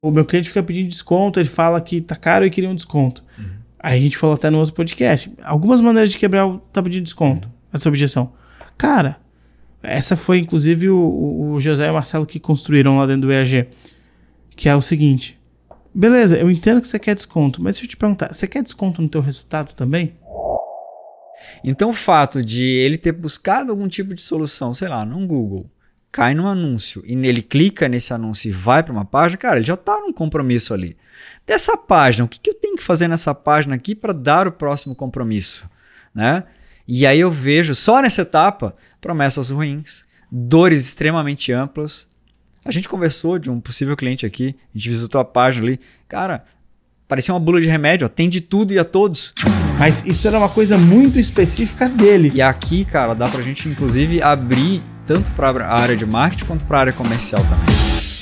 O meu cliente fica pedindo desconto, ele fala que tá caro e queria um desconto. Aí a gente falou até no outro podcast. Algumas maneiras de quebrar o tá pedindo desconto, essa objeção. Cara, essa foi inclusive o José e o Marcelo que construíram lá dentro do EAG. Que é o seguinte. Beleza, eu entendo que você quer desconto, mas deixa eu te perguntar, você quer desconto no teu resultado também? Então o fato de ele ter buscado algum tipo de solução, sei lá, no Google, cai num anúncio e ele clica nesse anúncio e vai para uma página, cara, ele já está num compromisso ali. Dessa página, o que eu tenho que fazer nessa página aqui para dar o próximo compromisso? Né? E aí eu vejo só nessa etapa promessas ruins, dores extremamente amplas. A gente conversou de um possível cliente aqui, a gente visitou a página ali, cara, parecia uma bula de remédio, tem de tudo e a todos. Mas isso era uma coisa muito específica dele. E aqui, cara, dá pra gente inclusive abrir tanto para a área de marketing quanto para a área comercial também.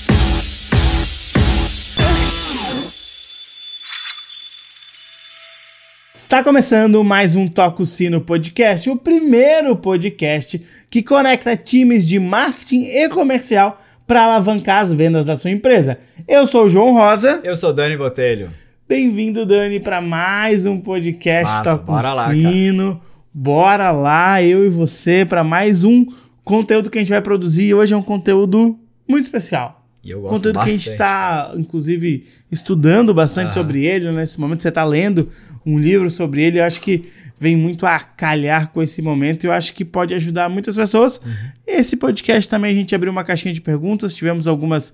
Está começando mais um Toca o Sino Podcast, o primeiro podcast que conecta times de marketing e comercial para alavancar as vendas da sua empresa. Eu sou o João Rosa. Eu sou Dani Botelho. Bem-vindo, Dani, para mais um podcast Toca o Sino. Bora lá, eu e você, para mais um conteúdo que a gente vai produzir. Hoje é um conteúdo muito especial. E eu gosto conteúdo bastante. Que a gente está, inclusive, estudando bastante sobre ele. Né? Nesse momento você está lendo um livro sobre ele. Eu acho que vem muito a calhar com esse momento. Eu acho que pode ajudar muitas pessoas. Esse podcast também a gente abriu uma caixinha de perguntas. Tivemos algumas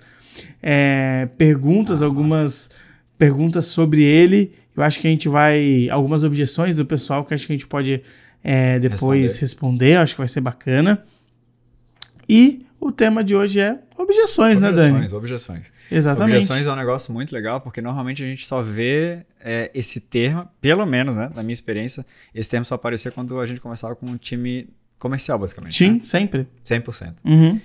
perguntas sobre ele. Eu acho que a gente vai... Algumas objeções do pessoal que acho que a gente pode depois responder. Eu acho que vai ser bacana. E o tema de hoje é objeções, né, Dani? Objeções. Exatamente. Objeções é um negócio muito legal, porque normalmente a gente só vê esse termo, pelo menos, né, na minha experiência, esse termo só aparecia quando a gente começava com um time comercial, basicamente. Sim, né? sempre. 100%. Uhum.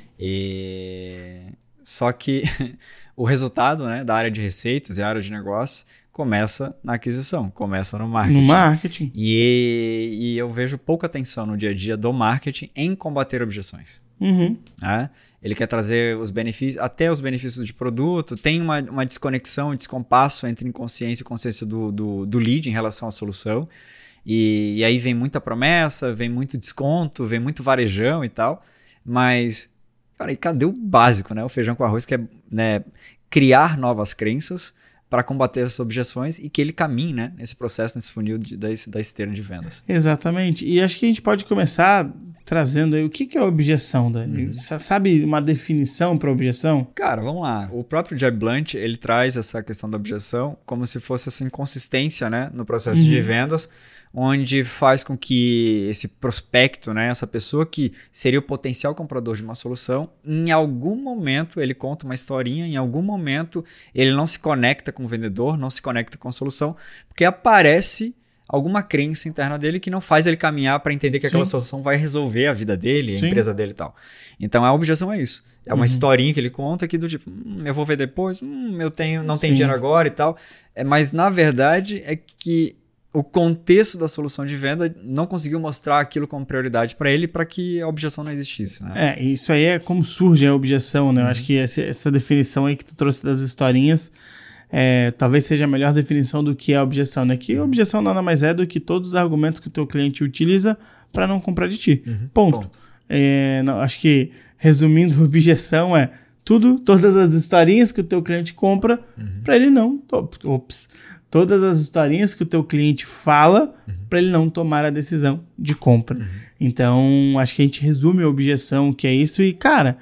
Só que o resultado, né, da área de receitas e a área de negócio começa na aquisição, começa no marketing. No marketing. E eu vejo pouca atenção no dia a dia do marketing em combater objeções. Uhum. Ele quer trazer os benefícios, até os benefícios de produto, tem uma desconexão, um descompasso entre inconsciência e consciência do lead em relação à solução, e aí vem muita promessa, vem muito desconto, vem muito varejão e tal, mas, cara, e cadê o básico, né? O feijão com arroz, que é, né, criar novas crenças para combater essas objeções e que ele caminhe, né, nesse processo, nesse funil da esteira de vendas. Exatamente. E acho que a gente pode começar trazendo aí o que é objeção, Dani. Você sabe uma definição para objeção? Cara, vamos lá. O próprio Jeb Blount, ele traz essa questão da objeção como se fosse essa inconsistência, né, no processo de vendas, onde faz com que esse prospecto, né, essa pessoa que seria o potencial comprador de uma solução, em algum momento ele conta uma historinha, em algum momento ele não se conecta com o vendedor, não se conecta com a solução, porque aparece alguma crença interna dele que não faz ele caminhar para entender que aquela solução vai resolver a vida dele, a empresa dele e tal. Então a objeção é isso. É uma historinha que ele conta aqui do tipo, eu vou ver depois, não tenho dinheiro agora e tal. Mas na verdade é que o contexto da solução de venda não conseguiu mostrar aquilo como prioridade para ele, para que a objeção não existisse. Né? Isso aí é como surge a objeção, né? Eu acho que essa definição aí que tu trouxe das historinhas talvez seja a melhor definição do que é a objeção, né? Que a objeção nada mais é do que todos os argumentos que o teu cliente utiliza para não comprar de ti. Ponto. Acho que, resumindo, a objeção é todas as historinhas que o teu cliente compra para ele não... Todas as historinhas que o teu cliente fala para ele não tomar a decisão de compra. Então, acho que a gente resume a objeção, que é isso. E, cara,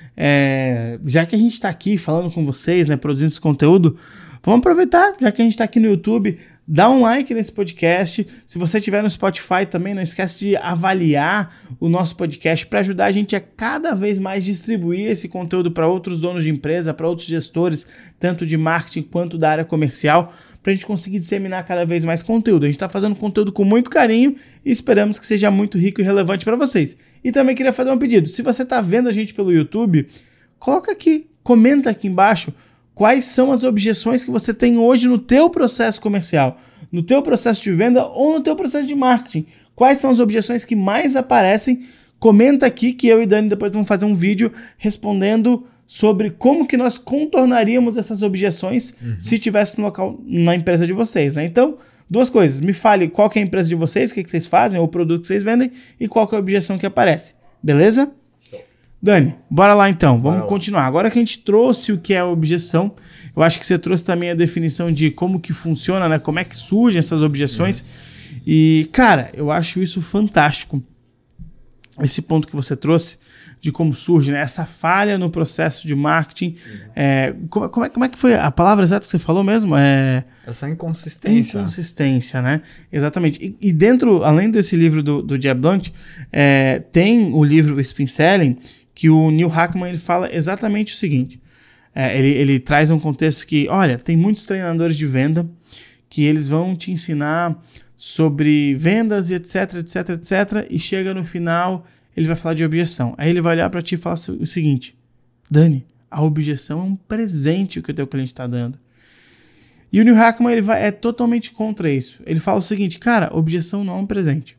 já que a gente está aqui falando com vocês, né, produzindo esse conteúdo, vamos aproveitar, já que a gente está aqui no YouTube, dá um like nesse podcast. Se você estiver no Spotify também, não esquece de avaliar o nosso podcast para ajudar a gente a cada vez mais distribuir esse conteúdo para outros donos de empresa, para outros gestores, tanto de marketing quanto da área comercial, para a gente conseguir disseminar cada vez mais conteúdo. A gente está fazendo conteúdo com muito carinho e esperamos que seja muito rico e relevante para vocês. E também queria fazer um pedido. Se você está vendo a gente pelo YouTube, coloca aqui, comenta aqui embaixo quais são as objeções que você tem hoje no teu processo comercial, no teu processo de venda ou no teu processo de marketing. Quais são as objeções que mais aparecem? Comenta aqui que eu e Dani depois vamos fazer um vídeo respondendo sobre como que nós contornaríamos essas objeções se tivesse no local, na empresa de vocês, né? Então, 2 coisas. Me fale qual que é a empresa de vocês, o que vocês fazem, ou o produto que vocês vendem, e qual que é a objeção que aparece. Beleza? Dani, bora lá então. Vamos continuar. Agora que a gente trouxe o que é a objeção, eu acho que você trouxe também a definição de como que funciona, né? Como é que surgem essas objeções. E, cara, eu acho isso fantástico. Esse ponto que você trouxe de como surge, né? Essa falha no processo de marketing. Como é que foi a palavra exata que você falou mesmo? Essa inconsistência. Inconsistência, né? Exatamente. E dentro, além desse livro do Jeb Blount, tem o livro Spin Selling, que o Neil Hackman ele fala exatamente o seguinte. Ele traz um contexto que, olha, tem muitos treinadores de venda que eles vão te ensinar sobre vendas e etc, etc, etc, e chega no final, ele vai falar de objeção. Aí ele vai olhar para ti e falar o seguinte: Dani, a objeção é um presente que o teu cliente está dando. E o Neil Hackman é totalmente contra isso. Ele fala o seguinte: cara, objeção não é um presente.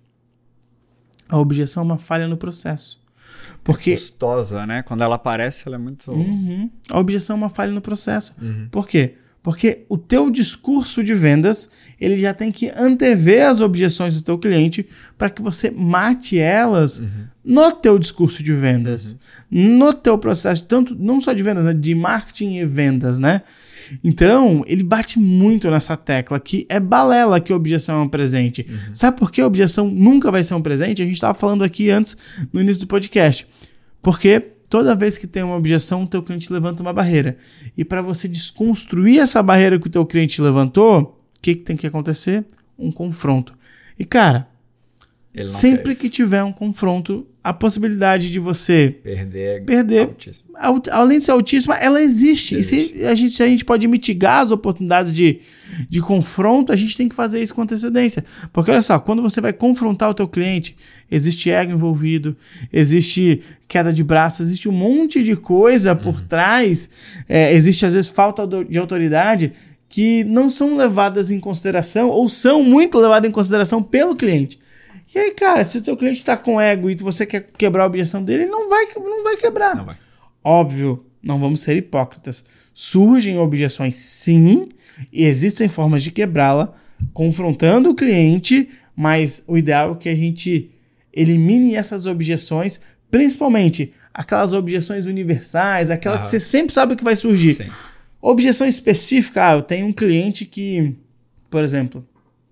A objeção é uma falha no processo. Porque custosa, né? Quando ela aparece, ela é muito... A objeção é uma falha no processo. Por quê? Porque o teu discurso de vendas, ele já tem que antever as objeções do teu cliente para que você mate elas no teu discurso de vendas, no teu processo, tanto não só de vendas, né, de marketing e vendas, né? Então, ele bate muito nessa tecla que é balela que a objeção é um presente. Sabe por que a objeção nunca vai ser um presente? A gente estava falando aqui antes, no início do podcast. Porque toda vez que tem uma objeção, o teu cliente levanta uma barreira. E para você desconstruir essa barreira que o teu cliente levantou, o que tem que acontecer? Um confronto. E, cara, sempre que tiver um confronto, a possibilidade de você perder além de ser altíssima, ela existe. E se a gente pode mitigar as oportunidades de confronto, a gente tem que fazer isso com antecedência. Porque olha só, quando você vai confrontar o teu cliente, existe ego envolvido, existe queda de braço, existe um monte de coisa por trás, existe às vezes falta de autoridade que não são levadas em consideração ou são muito levadas em consideração pelo cliente. E aí, cara, se o teu cliente está com ego e você quer quebrar a objeção dele, ele não vai quebrar. Não vai. Óbvio, não vamos ser hipócritas. Surgem objeções, sim, e existem formas de quebrá-la, confrontando o cliente, mas o ideal é que a gente elimine essas objeções, principalmente aquelas objeções universais, aquela que você sempre sabe o que vai surgir. Sim. Objeção específica, eu tenho um cliente que, por exemplo,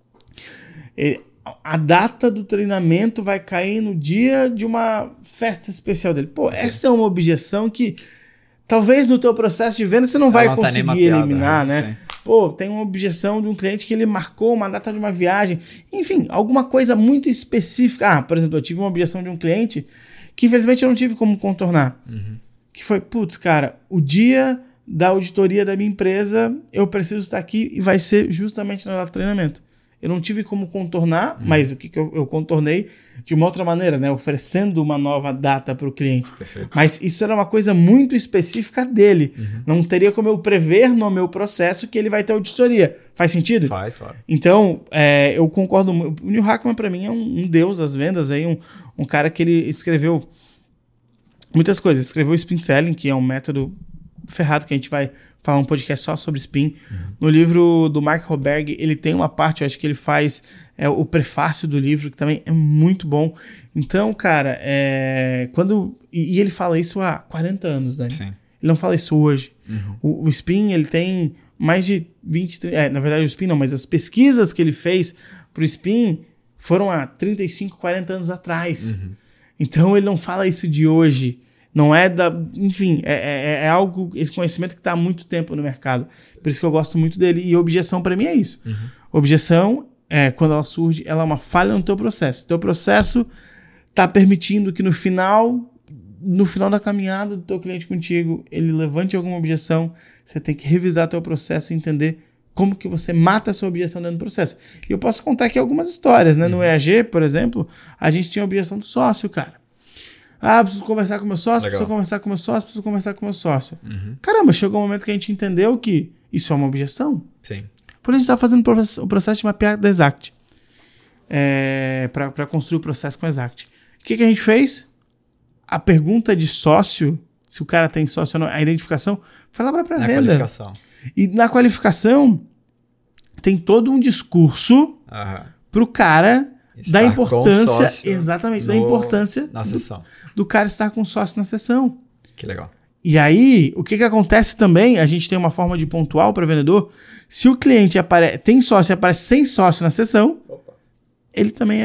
a data do treinamento vai cair no dia de uma festa especial dele. Pô, essa é uma objeção que talvez no teu processo de venda você não vai conseguir eliminar, né? Sim. Pô, tem uma objeção de um cliente que ele marcou uma data de uma viagem. Enfim, alguma coisa muito específica. Por exemplo, eu tive uma objeção de um cliente que infelizmente eu não tive como contornar. Que foi, putz, cara, o dia da auditoria da minha empresa, eu preciso estar aqui e vai ser justamente na data do treinamento. Eu não tive como contornar, mas o que eu contornei de uma outra maneira, né? Oferecendo uma nova data para o cliente. Perfeito. Mas isso era uma coisa muito específica dele. Não teria como eu prever no meu processo que ele vai ter auditoria. Faz sentido? Faz, claro. Então, eu concordo. O Neil Hackman, para mim, é um deus das vendas. Um cara que ele escreveu muitas coisas. Escreveu o Spin Selling, que é um método ferrado que a gente vai falar um podcast só sobre spin. No livro do Mark Roberg, ele tem uma parte, eu acho que ele faz o prefácio do livro, que também é muito bom. Então, cara, e ele fala isso há 40 anos, Dani. Sim. Ele não fala isso hoje. O spin, ele tem mais de 20... na verdade, o spin não, mas as pesquisas que ele fez pro spin foram há 35, 40 anos atrás. Então, ele não fala isso de hoje. Não é enfim, é algo, esse conhecimento que está há muito tempo no mercado. Por isso que eu gosto muito dele. E objeção, para mim, é isso. Objeção, quando ela surge, ela é uma falha no teu processo. Teu processo está permitindo que no final da caminhada do teu cliente contigo, ele levante alguma objeção. Você tem que revisar teu processo e entender como que você mata essa objeção dentro do processo. E eu posso contar aqui algumas histórias, né? No EAG, por exemplo, a gente tinha a objeção do sócio, cara. Preciso conversar com meu sócio, preciso conversar com meu sócio, preciso conversar com meu sócio. Caramba, chegou um momento que a gente entendeu que isso é uma objeção. Sim. Por isso a gente está fazendo o processo de mapear da Exact. Para construir o processo com a Exact. O que a gente fez? A pergunta de sócio se o cara tem sócio ou não. A identificação foi lá para pré-venda. Na qualificação. E na qualificação tem todo um discurso pro cara estar da importância, exatamente, da importância na sessão. Do cara estar com sócio na sessão. Que legal. E aí, o que acontece também, a gente tem uma forma de pontuar para vendedor, se o cliente tem sócio e aparece sem sócio na sessão, ele também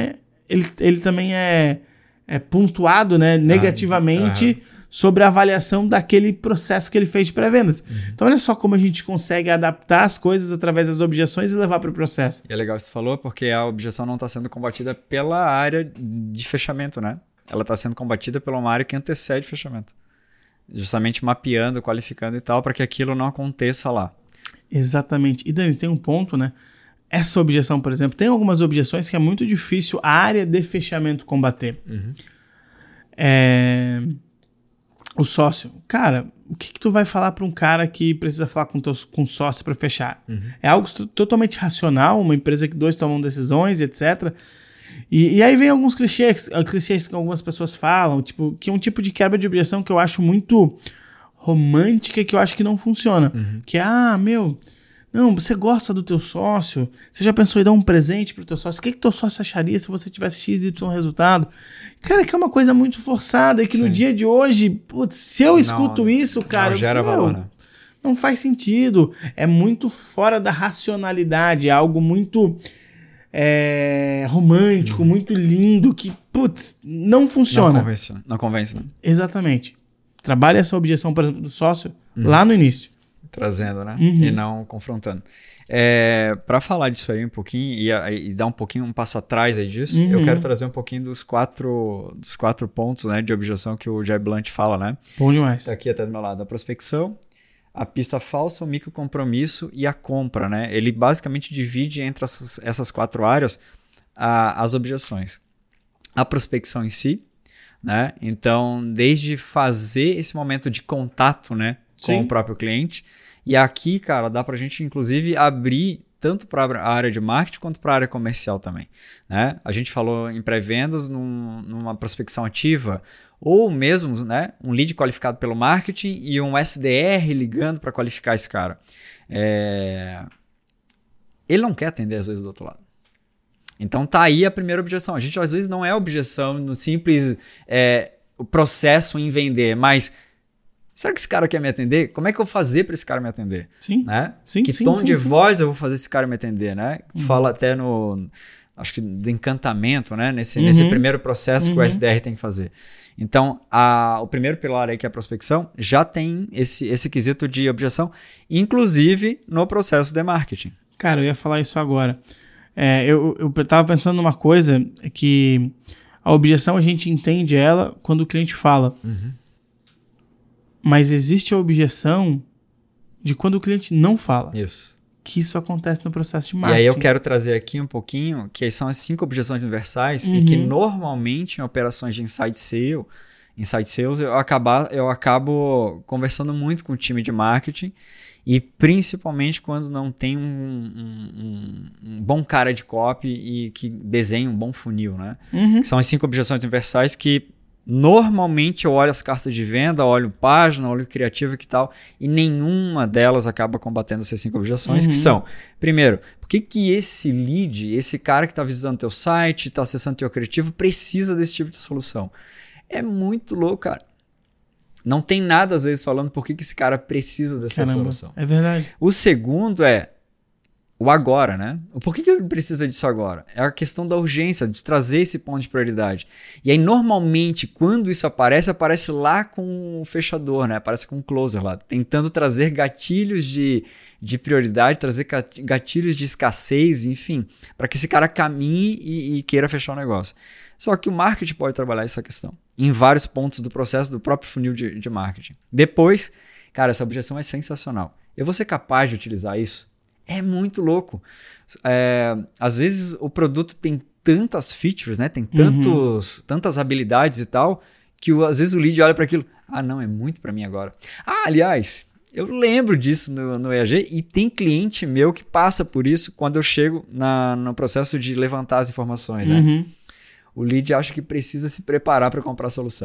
é pontuado, né, negativamente sobre a avaliação daquele processo que ele fez de pré-vendas. Então, olha só como a gente consegue adaptar as coisas através das objeções e levar para o processo. E é legal isso que você falou, porque a objeção não está sendo combatida pela área de fechamento, né? Ela está sendo combatida pela uma área que antecede o fechamento. Justamente mapeando, qualificando e tal, para que aquilo não aconteça lá. Exatamente. E Dani, tem um ponto, né? Essa objeção, por exemplo, tem algumas objeções que é muito difícil a área de fechamento combater. O sócio. Cara, o que tu vai falar para um cara que precisa falar com sócio para fechar? É algo totalmente racional, uma empresa que dois tomam decisões, etc. E aí vem alguns clichês que algumas pessoas falam, tipo, que é um tipo de quebra de objeção que eu acho muito romântica, que eu acho que não funciona. Que é, não, você gosta do teu sócio, você já pensou em dar um presente pro teu sócio, o que teu sócio acharia se você tivesse XY resultado? Cara, que é uma coisa muito forçada, e que no dia de hoje, putz, se eu escuto isso, cara, não gera valor, né? Não faz sentido, é muito fora da racionalidade, é algo muito romântico, muito lindo, que, putz, não funciona. Não convence, né? Exatamente. Trabalha essa objeção, por exemplo, do sócio lá no início. Trazendo, né? E não confrontando. Para falar disso aí um pouquinho e dar um passo atrás aí disso, eu quero trazer um pouquinho dos quatro pontos, né, de objeção que o Jeb Blount fala, né? Bom demais. Tá aqui até do meu lado. A prospecção, a pista falsa, o microcompromisso e a compra, né? Ele basicamente divide entre essas 4 áreas as objeções. A prospecção em si, né? Então, desde fazer esse momento de contato, né, com o próprio cliente. E aqui, cara, dá pra gente, inclusive, abrir tanto para a área de marketing quanto para a área comercial também, né? A gente falou em pré-vendas, numa prospecção ativa, ou mesmo, né, um lead qualificado pelo marketing e um SDR ligando para qualificar esse cara. Ele não quer atender, às vezes, do outro lado. Então tá aí a primeira objeção. A gente, às vezes, não é objeção no simples o processo em vender, mas será que esse cara quer me atender? Como é que eu vou fazer para esse cara me atender? Sim. Né? Sim, que tom de voz eu vou fazer esse cara me atender, né? Tu fala até acho que do encantamento, né? Nesse primeiro processo que o SDR tem que fazer. Então, o primeiro pilar aí, que é a prospecção, já tem esse quesito de objeção, inclusive no processo de marketing. Cara, eu ia falar isso agora. Eu tava pensando numa coisa, que a objeção a gente entende ela quando o cliente fala. Mas existe a objeção de quando o cliente não fala. Isso. Que isso acontece no processo de marketing. E aí eu quero trazer aqui um pouquinho, que são as 5 objeções universais, e que normalmente em operações de inside sales, eu acabo conversando muito com o time de marketing, e principalmente quando não tem um bom cara de copy e que desenha um bom funil, né? Que são as 5 objeções universais que normalmente eu olho as cartas de venda, olho página, olho criativa e tal, e nenhuma delas acaba combatendo essas 5 objeções, que são, primeiro, por que esse lead, esse cara que está visitando teu site, está acessando teu criativo, precisa desse tipo de solução? É muito louco, cara. Não tem nada, às vezes, falando por que esse cara precisa dessa solução. É verdade. O segundo é o agora, né? Por que ele precisa disso agora? É a questão da urgência, de trazer esse ponto de prioridade. E aí, normalmente, quando isso aparece lá com o fechador, né? Aparece com o closer lá, tentando trazer gatilhos de prioridade, trazer gatilhos de escassez, enfim, para que esse cara caminhe e queira fechar o negócio. Só que o marketing pode trabalhar essa questão em vários pontos do processo do próprio funil de marketing. Depois, cara, essa objeção é sensacional. Eu vou ser capaz de utilizar isso? É muito louco. Às vezes o produto tem tantas features, né? Tem tantas habilidades e tal, que às vezes o lead olha para aquilo. Não, é muito para mim agora. Aliás, eu lembro disso no EAG e tem cliente meu que passa por isso quando eu chego no processo de levantar as informações, né? O lead acha que precisa se preparar para comprar a solução.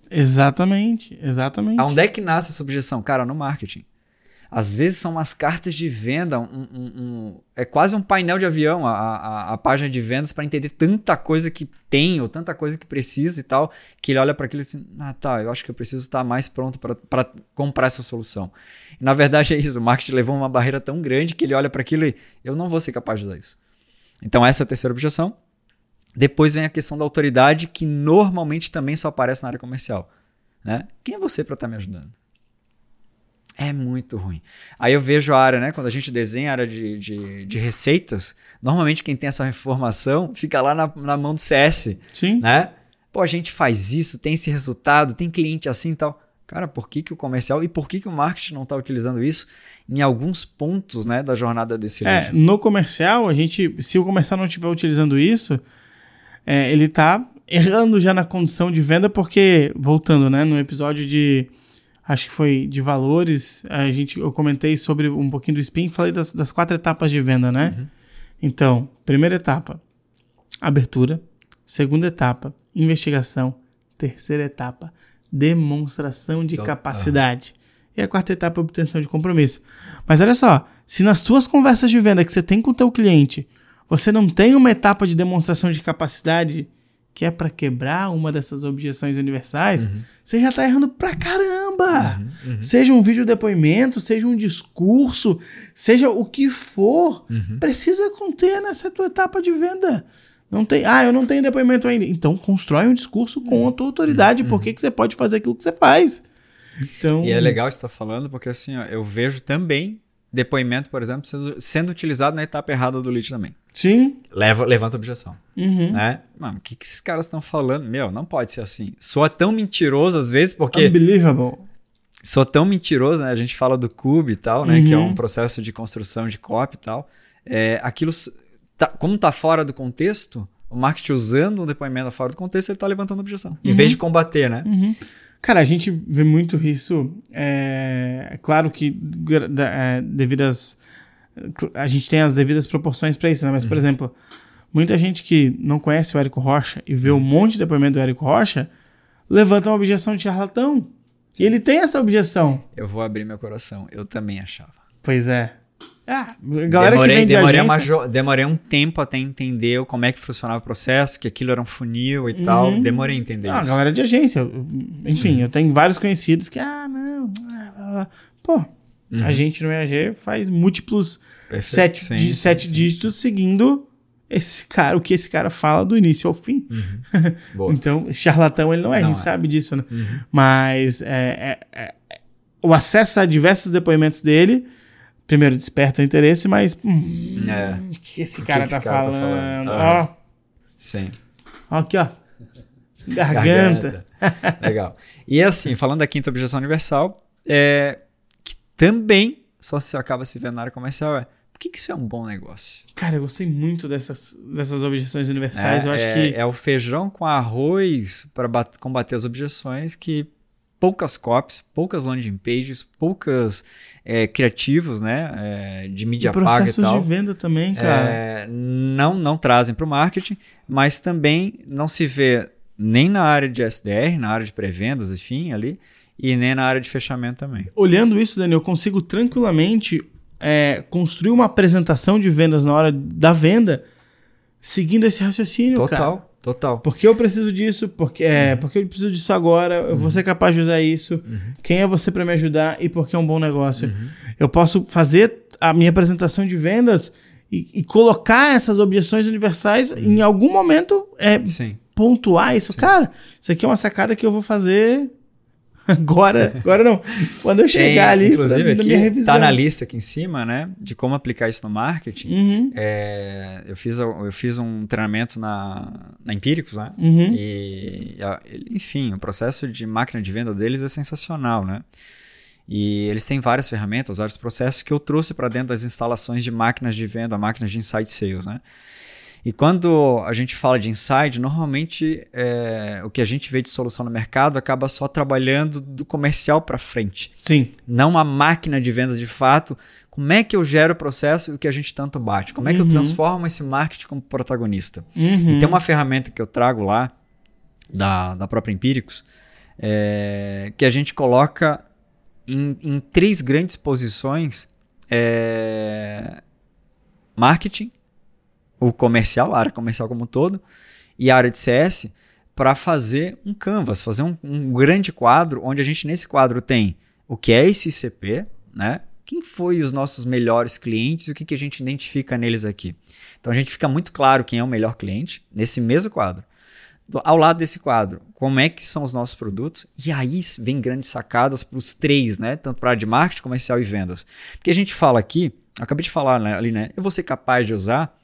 Exatamente. Aonde é que nasce essa objeção? Cara, no marketing. Às vezes são umas cartas de venda, é quase um painel de avião, a página de vendas, para entender tanta coisa que tem ou tanta coisa que precisa e tal, que ele olha para aquilo e diz, eu acho que eu preciso estar mais pronto para comprar essa solução. E, na verdade é isso, o marketing levou uma barreira tão grande que ele olha para aquilo e eu não vou ser capaz de dar isso. Então essa é a terceira objeção. Depois vem a questão da autoridade, que normalmente também só aparece na área comercial. Né? Quem é você para estar me ajudando? É muito ruim. Aí eu vejo a área, né? Quando a gente desenha a área de receitas, normalmente quem tem essa informação fica lá na mão do CS. Sim. Né? Pô, a gente faz isso, tem esse resultado, tem cliente assim e tal. Cara, por que o comercial e por que o marketing não está utilizando isso em alguns pontos, né, da jornada desse lead? No comercial, se o comercial não estiver utilizando isso, ele está errando já na condição de venda, porque, voltando, né, no episódio acho que foi de valores, eu comentei sobre um pouquinho do spin, falei das 4 etapas de venda, né? Uhum. Então, primeira etapa, abertura. Segunda etapa, investigação. Terceira etapa, demonstração de capacidade. E a quarta etapa, obtenção de compromisso. Mas olha só, se nas tuas conversas de venda que você tem com o teu cliente, você não tem uma etapa de demonstração de capacidade, que é para quebrar uma dessas objeções universais, você já tá errando pra caramba. Seja um vídeo depoimento, seja um discurso, seja o que for, precisa conter nessa tua etapa de venda. Não tem, eu não tenho depoimento ainda. Então, constrói um discurso com a tua autoridade. Por que você pode fazer aquilo que você faz? Então... E é legal você estar falando, porque assim, eu vejo também depoimento, por exemplo, sendo utilizado na etapa errada do lead também. Sim. Levanta objeção. Né? Mano, o que esses caras estão falando? Não pode ser assim. Soa tão mentiroso às vezes, porque... Unbelievable. Soa tão mentiroso, né? A gente fala do CUB e tal, né? Que é um processo de construção de copy e tal. Aquilo, como tá fora do contexto, o marketing usando um depoimento fora do contexto, ele tá levantando objeção. Em vez de combater, né? Cara, a gente vê muito isso. É claro que devido às... A gente tem as devidas proporções para isso, né? Mas, por exemplo, muita gente que não conhece o Érico Rocha e vê um monte de depoimento do Érico Rocha, levanta uma objeção de charlatão. Sim. E ele tem essa objeção. Eu vou abrir meu coração. Eu também achava. Pois é. Galera que vem de agência... Demorei um tempo até entender como é que funcionava o processo, que aquilo era um funil e tal. Demorei a entender isso. Galera de agência. Enfim, eu tenho vários conhecidos que... A gente no EAG faz múltiplos 7 dígitos seguindo o que esse cara fala do início ao fim. Então, charlatão ele não é, a gente sabe disso, né? Mas o acesso a diversos depoimentos dele, primeiro desperta interesse, mas o que esse cara tá falando? Ó. Sim. Ó, aqui, ó. Garganta. Legal. E assim, falando da quinta objeção universal, que também só se acaba se vendo na área comercial, por que isso é um bom negócio? Cara, eu gostei muito dessas objeções universais. Eu acho que... É o feijão com arroz para combater as objeções que poucas copies, poucas landing pages, poucas criativos, né, de mídia paga e tal. Processos de venda também, cara. Não trazem para o marketing, mas também não se vê nem na área de SDR, na área de pré-vendas, enfim, ali, e nem na área de fechamento também. Olhando isso, Daniel, eu consigo tranquilamente construir uma apresentação de vendas na hora da venda seguindo esse raciocínio, cara. Total. Porque eu preciso disso, porque eu preciso disso agora, eu vou ser capaz de usar isso, quem é você para me ajudar e porque é um bom negócio. Eu posso fazer a minha apresentação de vendas e colocar essas objeções universais em algum momento, pontuar isso. Sim. Cara, isso aqui é uma sacada que eu vou fazer... Agora não. Quando eu chegar ali, inclusive na minha revisão. Tá na lista aqui em cima, né? De como aplicar isso no marketing. Eu fiz um treinamento na Empíricos, né? E, enfim, o processo de máquina de venda deles é sensacional, né? E eles têm várias ferramentas, vários processos que eu trouxe para dentro das instalações de máquinas de venda, máquinas de inside sales, né? E quando a gente fala de inside, normalmente o que a gente vê de solução no mercado acaba só trabalhando do comercial para frente. Sim. Não a máquina de vendas de fato. Como é que eu gero o processo e o que a gente tanto bate? Como é que eu transformo esse marketing como protagonista? E tem uma ferramenta que eu trago lá, da própria Empíricos, que a gente coloca em 3 grandes posições: marketing, o comercial, a área comercial como um todo, e a área de CS, para fazer um canvas, fazer um grande quadro, onde a gente nesse quadro tem o que é esse ICP, né? Quem foi os nossos melhores clientes e o que a gente identifica neles aqui. Então a gente fica muito claro quem é o melhor cliente nesse mesmo quadro. Ao lado desse quadro, como é que são os nossos produtos, e aí vem grandes sacadas para os 3, né? Tanto para a área de marketing, comercial e vendas. Porque a gente fala aqui, acabei de falar, né, ali, né? Eu vou ser capaz de usar.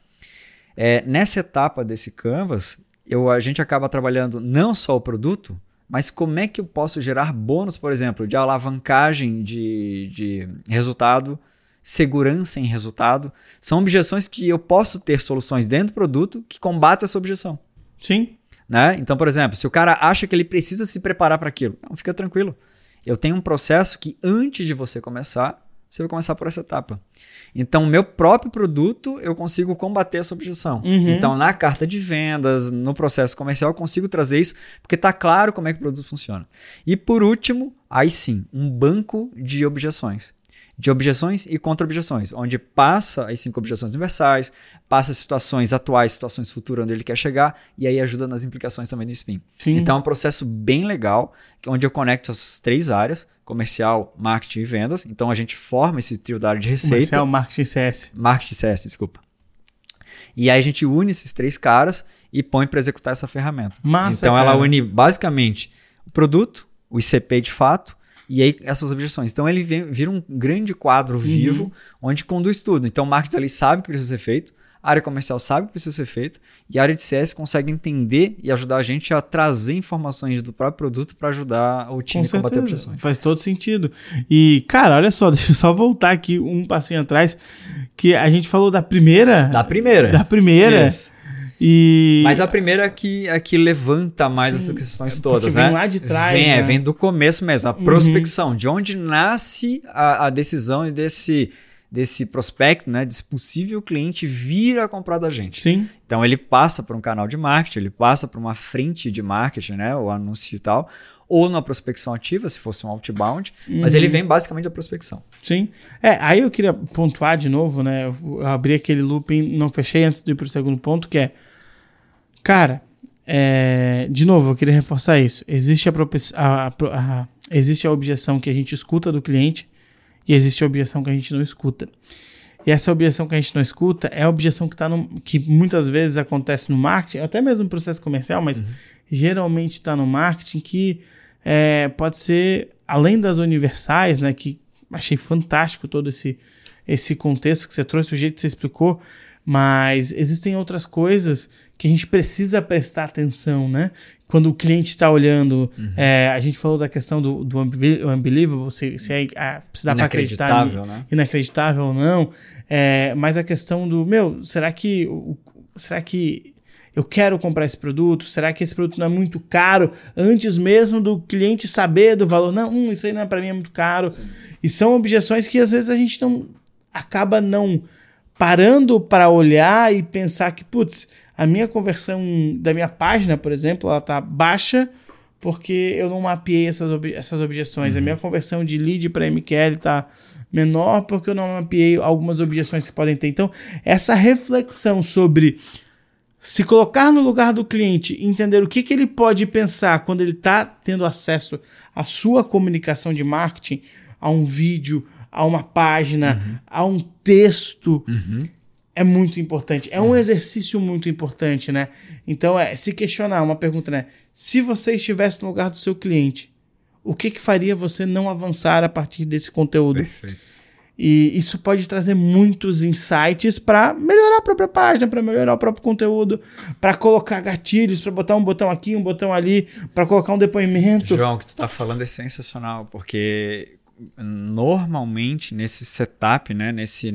Nessa etapa desse canvas, a gente acaba trabalhando não só o produto, mas como é que eu posso gerar bônus, por exemplo, de alavancagem de resultado, segurança em resultado. São objeções que eu posso ter soluções dentro do produto que combatem essa objeção. Sim. Né? Então, por exemplo, se o cara acha que ele precisa se preparar para aquilo, não, fica tranquilo. Eu tenho um processo que antes de você começar, você vai começar por essa etapa. Então, meu próprio produto, eu consigo combater essa objeção. Então, na carta de vendas, no processo comercial, eu consigo trazer isso, porque está claro como é que o produto funciona. E por último, aí sim, um banco de objeções. De objeções e contra-objeções, onde passa as 5 objeções universais, passa situações atuais, situações futuras onde ele quer chegar, e aí ajuda nas implicações também do SPIN. Sim. Então é um processo bem legal, onde eu conecto essas 3 áreas, comercial, marketing e vendas. Então a gente forma esse trio da área de receita. Comercial, marketing e CS. Marketing e CS, desculpa. E aí a gente une esses 3 caras e põe para executar essa ferramenta. Massa, então cara. Ela une basicamente o produto, o ICP de fato, e aí essas objeções. Então ele vira um grande quadro vivo, onde conduz tudo. Então o marketing ali sabe o que precisa ser feito, a área comercial sabe o que precisa ser feito, e a área de CS consegue entender e ajudar a gente a trazer informações do próprio produto para ajudar o time a combater objeções. Faz todo sentido. E, cara, olha só, deixa eu só voltar aqui um passinho atrás, que a gente falou da primeira. Da primeira. Yes. Mas a primeira é que levanta mais essas questões todas, né? Vem lá de trás. Vem do começo mesmo, a prospecção, de onde nasce a decisão desse prospecto, né? Desse possível cliente vir a comprar da gente. Sim. Então ele passa por um canal de marketing, ele passa por uma frente de marketing, né? O anúncio e tal, ou na prospecção ativa, se fosse um outbound, mas ele vem basicamente da prospecção. Sim. Aí eu queria pontuar de novo, né? Eu abri aquele looping, não fechei antes de ir para o segundo ponto, que é, cara, de novo, eu queria reforçar isso. Existe existe a objeção que a gente escuta do cliente e existe a objeção que a gente não escuta. E essa objeção que a gente não escuta é a objeção que muitas vezes acontece no marketing, até mesmo no processo comercial, mas geralmente está no marketing, que pode ser, além das universais, né, que achei fantástico todo esse contexto que você trouxe, o jeito que você explicou, mas existem outras coisas que a gente precisa prestar atenção, né? Quando o cliente está olhando, a gente falou da questão do unbelievable, se dá para acreditar, né? Inacreditável ou não, mas a questão do, será que eu quero comprar esse produto? Será que esse produto não é muito caro? Antes mesmo do cliente saber do valor, não, isso aí não para mim é muito caro. Sim. E são objeções que às vezes a gente acaba não parando para olhar e pensar que, putz, a minha conversão da minha página, por exemplo, ela tá baixa porque eu não mapeei essas objeções. A minha conversão de lead para MQL tá menor porque eu não mapeei algumas objeções que podem ter. Então, essa reflexão sobre se colocar no lugar do cliente, entender o que ele pode pensar quando ele está tendo acesso à sua comunicação de marketing, a um vídeo, a uma página, a um texto, é muito importante. É um exercício muito importante, né? Então, se questionar, uma pergunta, né? Se você estivesse no lugar do seu cliente, o que faria você não avançar a partir desse conteúdo? Perfeito. E isso pode trazer muitos insights para melhorar a própria página, para melhorar o próprio conteúdo, para colocar gatilhos, para botar um botão aqui, um botão ali, para colocar um depoimento. João, o que você está falando é sensacional, porque normalmente nesse setup, né,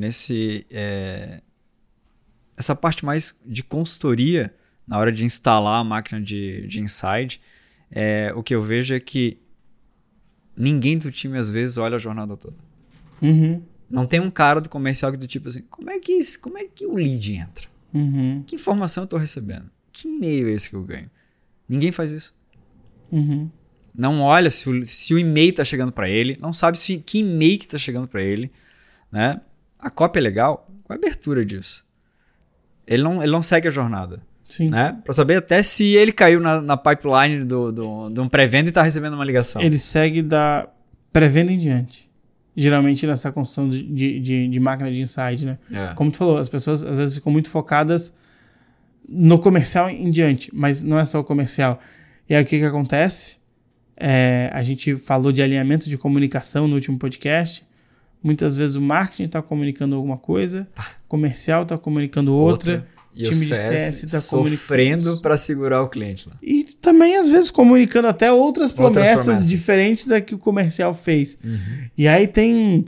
essa parte mais de consultoria, na hora de instalar a máquina de Inside, o que eu vejo é que ninguém do time às vezes olha a jornada toda. Não tem um cara do comercial que do tipo assim, como é que o lead entra? Que informação eu estou recebendo? Que e-mail é esse que eu ganho? Ninguém faz isso. não olha se o e-mail está chegando para ele, não sabe que e-mail que está chegando para ele, né? A cópia é legal, qual é a abertura disso? Ele não segue a jornada. Sim. Né? Para saber até se ele caiu na pipeline de um pré-venda e está recebendo uma ligação. Ele segue da pré-venda em diante. Geralmente nessa construção de máquina de insight, né? Como tu falou, as pessoas às vezes ficam muito focadas no comercial em diante, mas não é só o comercial. E aí o que acontece? A gente falou de alinhamento de comunicação no último podcast. Muitas vezes o marketing está comunicando alguma coisa, o comercial está comunicando outra. E o time de CS está sofrendo para segurar o cliente lá. E também, às vezes, comunicando até outras promessas diferentes da que o comercial fez. Uhum. E aí tem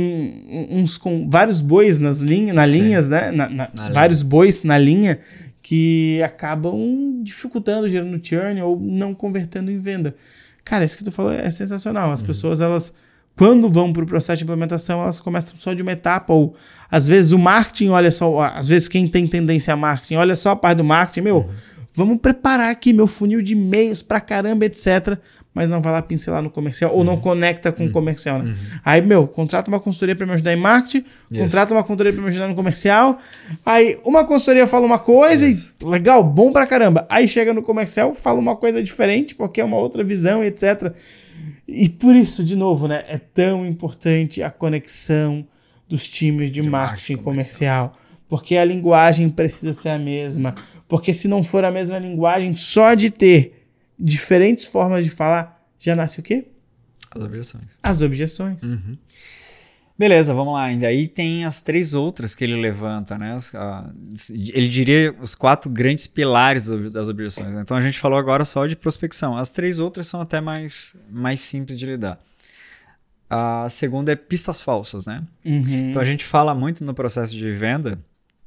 uns com vários bois linhas, né? Vários bois na linha que acabam dificultando, gerando churn ou não convertendo em venda. Cara, isso que tu falou é sensacional. As pessoas, elas... Quando vão para o processo de implementação, elas começam só de uma etapa, ou às vezes o marketing olha só, às vezes quem tem tendência a marketing, olha só a parte do marketing, vamos preparar aqui meu funil de e-mails pra caramba, etc. Mas não vai lá pincelar no comercial, ou não conecta com o comercial, né? Aí, contrata uma consultoria para me ajudar em marketing, contrata uma consultoria para me ajudar no comercial, aí uma consultoria fala uma coisa e legal, bom pra caramba. Aí chega no comercial, fala uma coisa diferente, porque é uma outra visão, etc. E por isso, de novo, né, é tão importante a conexão dos times de marketing comercial. Porque a linguagem precisa ser a mesma. Porque se não for a mesma linguagem, só de ter diferentes formas de falar, já nasce o quê? As objeções. As objeções. Uhum. Beleza, vamos lá. E aí tem as 3 outras que ele levanta, né? Ele diria os 4 grandes pilares das objeções. Né? Então a gente falou agora só de prospecção. As 3 outras são até mais simples de lidar. A segunda é pistas falsas, né? Uhum. Então a gente fala muito no processo de venda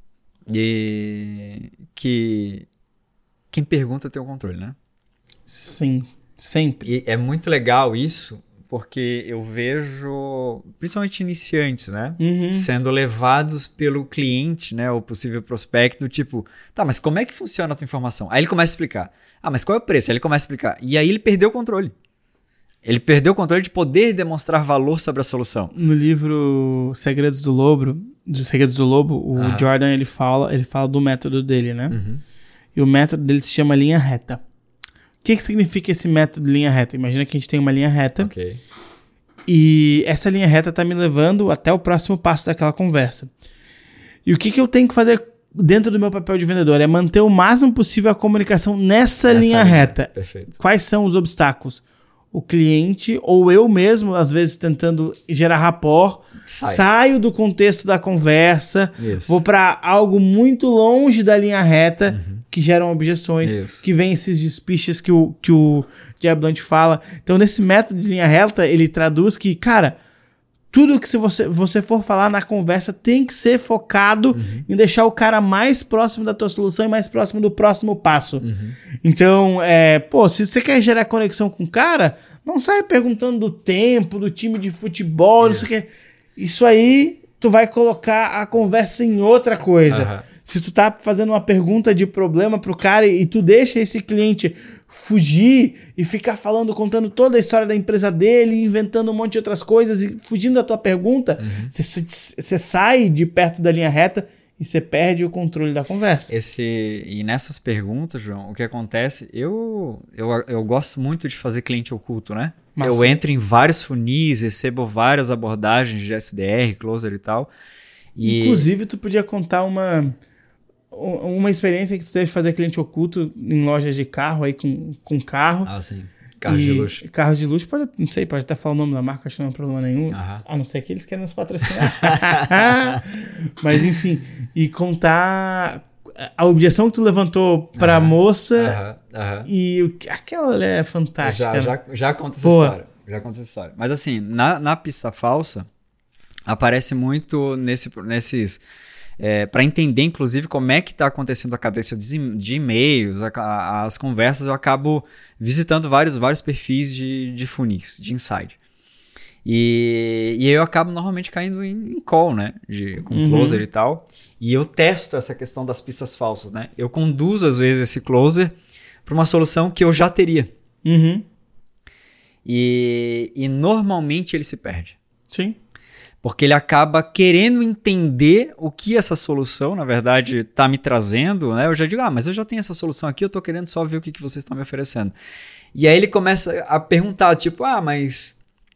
e que quem pergunta tem o controle, né? Sim, sempre. E é muito legal isso, porque eu vejo, principalmente iniciantes, né? Sendo levados pelo cliente, né? Ou possível prospecto, tipo, tá, mas como é que funciona a tua informação? Aí ele começa a explicar. Ah, mas qual é o preço? Aí ele começa a explicar. E aí ele perdeu o controle. Ele perdeu o controle de poder demonstrar valor sobre a solução. No livro Segredos do Lobo, o Jordan, ele fala do método dele, né? E o método dele se chama linha reta. O que significa esse método de linha reta? Imagina que a gente tem uma linha reta. Okay. E essa linha reta está me levando até o próximo passo daquela conversa. E o que eu tenho que fazer dentro do meu papel de vendedor? É manter o máximo possível a comunicação nessa linha reta. Perfeito. Quais são os obstáculos? O cliente ou eu mesmo, às vezes tentando gerar rapport, saio do contexto da conversa, vou para algo muito longe da linha reta, que geram objeções, que vem esses despiches que o Jeb Blount fala. Então, nesse método de linha reta, ele traduz que, cara, tudo que você for falar na conversa tem que ser focado em deixar o cara mais próximo da tua solução e mais próximo do próximo passo. Então, se você quer gerar conexão com o cara, não sai perguntando do tempo, do time de futebol, não sei o que. Isso aí, tu vai colocar a conversa em outra coisa. Se tu tá fazendo uma pergunta de problema pro cara e tu deixa esse cliente fugir e ficar contando toda a história da empresa dele, inventando um monte de outras coisas e fugindo da tua pergunta, você sai de perto da linha reta e você perde o controle da conversa. E nessas perguntas, João, o que acontece, eu gosto muito de fazer cliente oculto, né? Massa. Eu entro em vários funis, recebo várias abordagens de SDR, closer e tal. Inclusive, tu podia contar uma experiência que você teve de fazer cliente oculto em lojas de carro, aí com carro. Ah, sim. Carros de luxo. Carros de luxo, pode até falar o nome da marca, acho que não é problema nenhum. A não ser que eles querem nos patrocinar. Mas, enfim, e contar a objeção que tu levantou pra moça e aquela é fantástica. Já conta essa história. Mas assim, na pista falsa, aparece muito nesses... para entender, inclusive, como é que está acontecendo a cadência de e-mails, as conversas, eu acabo visitando vários perfis de funis, de inside. E eu acabo normalmente caindo em call, né? Com closer e tal. E eu testo essa questão das pistas falsas, né? Eu conduzo, às vezes, esse closer para uma solução que eu já teria. E normalmente ele se perde. Sim. Porque ele acaba querendo entender o que essa solução, na verdade, está me trazendo, né? Eu já digo, mas eu já tenho essa solução aqui, eu estou querendo só ver o que vocês estão me oferecendo. E aí ele começa a perguntar, tipo, mas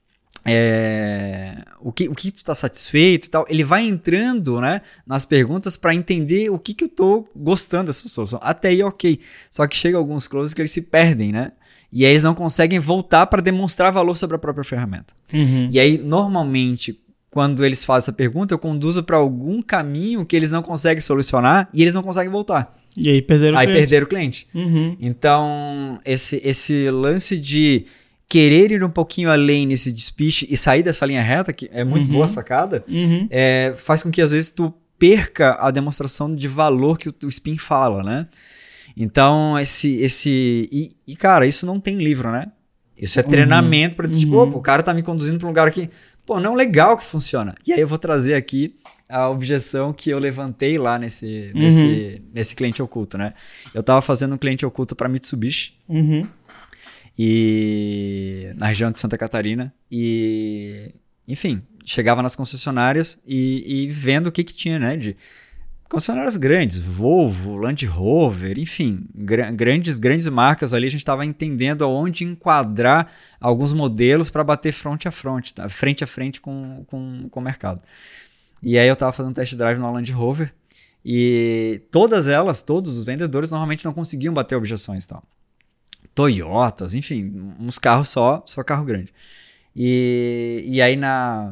o que tu está satisfeito e tal. Ele vai entrando, né, nas perguntas para entender o que eu estou gostando dessa solução. Até aí, ok. Só que chega alguns closes que eles se perdem, né? E aí eles não conseguem voltar para demonstrar valor sobre a própria ferramenta. Uhum. E aí, normalmente, quando eles fazem essa pergunta, eu conduzo para algum caminho que eles não conseguem solucionar e eles não conseguem voltar. E aí perderam o cliente. Uhum. Então, esse lance de querer ir um pouquinho além nesse despiste e sair dessa linha reta, que é muito boa sacada, faz com que às vezes tu perca a demonstração de valor que o spin fala, né? Então, cara, isso não tem livro, né? Isso é treinamento para tipo, o cara tá me conduzindo para um lugar aqui, não legal que funciona. E aí eu vou trazer aqui a objeção que eu levantei lá nesse cliente oculto, né? Eu tava fazendo um cliente oculto para Mitsubishi, e na região de Santa Catarina, e enfim, chegava nas concessionárias e vendo o que tinha, né, de concessionárias grandes, Volvo, Land Rover, enfim, grandes marcas ali. A gente estava entendendo aonde enquadrar alguns modelos para bater frente a frente com o mercado. E aí eu estava fazendo um test drive na Land Rover e todos os vendedores normalmente não conseguiam bater objeções e tal. Toyotas, enfim, uns carros só carro grande. E aí na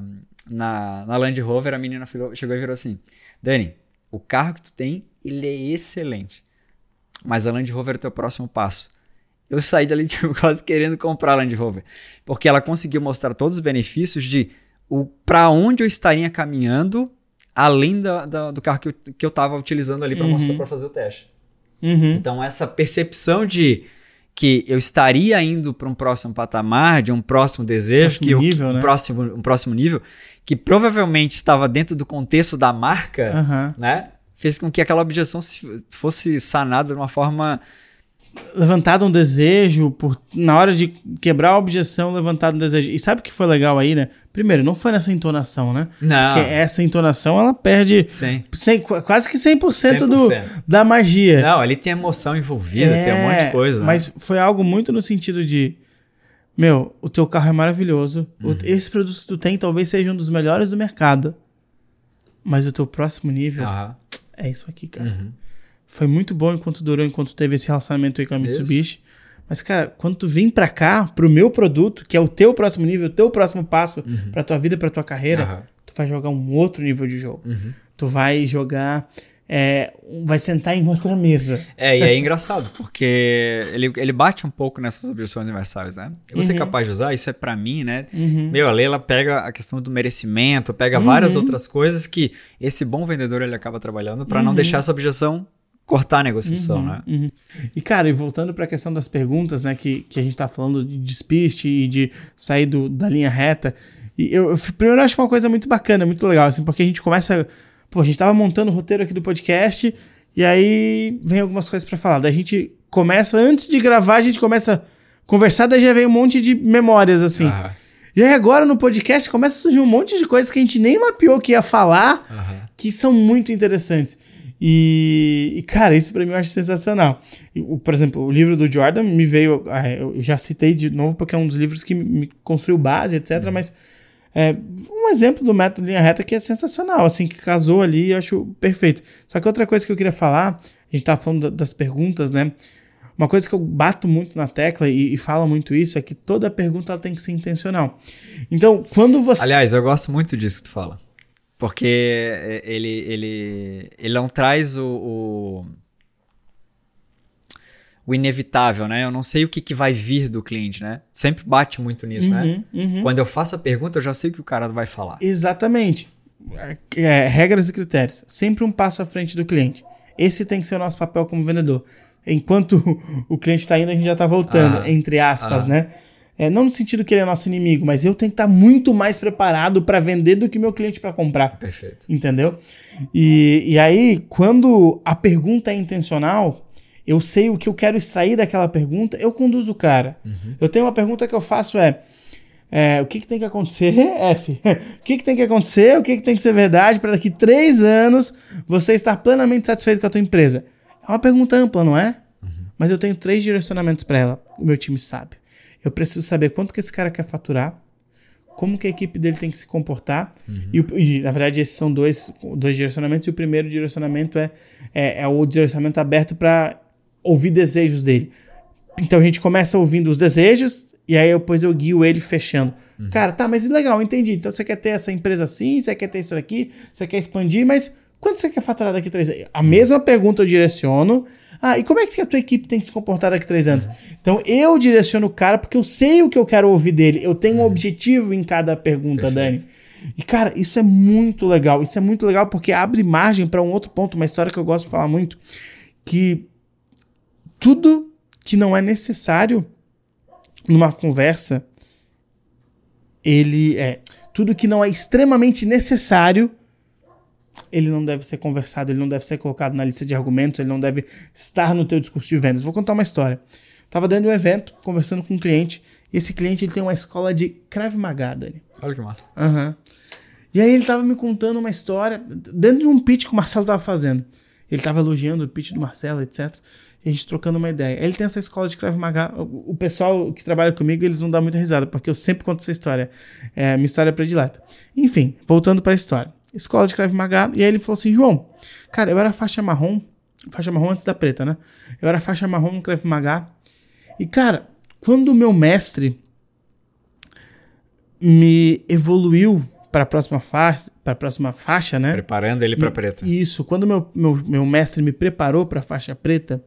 Land Rover a menina chegou e virou assim: Dani, o carro que tu tem, ele é excelente, mas a Land Rover é o teu próximo passo. Eu saí dali quase querendo comprar a Land Rover, porque ela conseguiu mostrar todos os benefícios de para onde eu estaria caminhando, além do carro que eu estava utilizando ali para mostrar, para fazer o teste. Então essa percepção de que eu estaria indo para um próximo patamar, de um próximo desejo, um próximo nível, que provavelmente estava dentro do contexto da marca, né? Fez com que aquela objeção fosse sanada de uma forma... Levantado um desejo, na hora de quebrar a objeção, levantado um desejo. E sabe o que foi legal aí, né? Primeiro, não foi nessa entonação, né? Não. Porque essa entonação, ela perde quase que 100%, da magia. Não, ali tem emoção envolvida, tem um monte de coisa. Mas foi algo muito no sentido de... o teu carro é maravilhoso. Esse produto que tu tem talvez seja um dos melhores do mercado. Mas o teu próximo nível é isso aqui, cara. Foi muito bom enquanto teve esse relacionamento aí com a Mitsubishi. Mas, cara, quando tu vem pra cá, pro meu produto, que é o teu próximo nível, o teu próximo passo pra tua vida, pra tua carreira, tu vai jogar um outro nível de jogo. Tu vai jogar... vai sentar em outra mesa. E é engraçado, porque ele bate um pouco nessas objeções universais, né? Eu vou ser capaz de usar, isso é pra mim, né? A Leila pega a questão do merecimento, pega várias outras coisas que esse bom vendedor ele acaba trabalhando pra não deixar essa objeção cortar a negociação, né? E, cara, e voltando pra questão das perguntas, né? Que a gente tá falando de despiste e de sair da linha reta. E primeiro eu acho uma coisa muito bacana, muito legal, assim, porque a gente começa... a gente tava montando o roteiro aqui do podcast e aí vem algumas coisas pra falar. Daí a gente começa, antes de gravar, a gente começa a conversar, daí já vem um monte de memórias, assim. E aí agora no podcast começa a surgir um monte de coisas que a gente nem mapeou que ia falar, que são muito interessantes. E, cara, isso pra mim eu acho sensacional. Por exemplo, o livro do Jordan me veio... eu já citei de novo porque é um dos livros que me construiu base, etc. Mas um exemplo do método linha reta que é sensacional, assim, que casou ali, eu acho perfeito. Só que outra coisa que eu queria falar, a gente tava falando das perguntas, né? Uma coisa que eu bato muito na tecla e falo muito isso é que toda pergunta ela tem que ser intencional. Então, quando você... Aliás, eu gosto muito disso que tu fala. Porque ele não traz o inevitável, né? Eu não sei o que vai vir do cliente, né? Sempre bate muito nisso, né? Quando eu faço a pergunta, eu já sei o que o cara vai falar. Exatamente. Regras e critérios. Sempre um passo à frente do cliente. Esse tem que ser o nosso papel como vendedor. Enquanto o cliente está indo, a gente já está voltando, entre aspas, né? Não no sentido que ele é nosso inimigo, mas eu tenho que estar muito mais preparado para vender do que meu cliente para comprar. Perfeito. Entendeu? E aí, quando a pergunta é intencional, eu sei o que eu quero extrair daquela pergunta, eu conduzo o cara. Eu tenho uma pergunta que eu faço o que tem que acontecer, F? O que tem que acontecer, o que tem que ser verdade para daqui 3 anos você estar plenamente satisfeito com a tua empresa? É uma pergunta ampla, não é? Mas eu tenho 3 direcionamentos para ela. O meu time sabe. Eu preciso saber quanto que esse cara quer faturar, como que a equipe dele tem que se comportar. E na verdade, esses são dois direcionamentos. E o primeiro direcionamento é o direcionamento aberto para ouvir desejos dele. Então a gente começa ouvindo os desejos e aí depois eu guio ele fechando. Cara, tá, mas legal, entendi. Então você quer ter essa empresa assim, você quer ter isso aqui, você quer expandir, mas quanto você quer faturar daqui 3 anos? A mesma pergunta eu direciono. E como é que a tua equipe tem que se comportar daqui 3 anos? Então eu direciono o cara porque eu sei o que eu quero ouvir dele. Eu tenho um objetivo em cada pergunta, Dani. E cara, isso é muito legal. Isso é muito legal porque abre margem para um outro ponto, uma história que eu gosto de falar muito, que tudo que não é necessário numa conversa, tudo que não é extremamente necessário, ele não deve ser conversado, ele não deve ser colocado na lista de argumentos, ele não deve estar no teu discurso de vendas. Vou contar uma história. Estava dando um evento, conversando com um cliente, e esse cliente ele tem uma escola de Krav Maga, Dani. Olha que massa. E aí ele estava me contando uma história, dentro de um pitch que o Marcelo estava fazendo. Ele estava elogiando o pitch do Marcelo, etc. E a gente trocando uma ideia. Ele tem essa escola de Krav Maga. O pessoal que trabalha comigo, eles não dão muita risada, porque eu sempre conto essa história. É a minha história predileta. Enfim, voltando para a história. Escola de Krav Maga. E aí ele falou assim, João, cara, eu era faixa marrom antes da preta, né? Eu era faixa marrom no Krav Maga. E, cara, quando o meu mestre me evoluiu para a próxima faixa, né? Preparando ele para preta. Isso. Quando meu mestre me preparou para a faixa preta,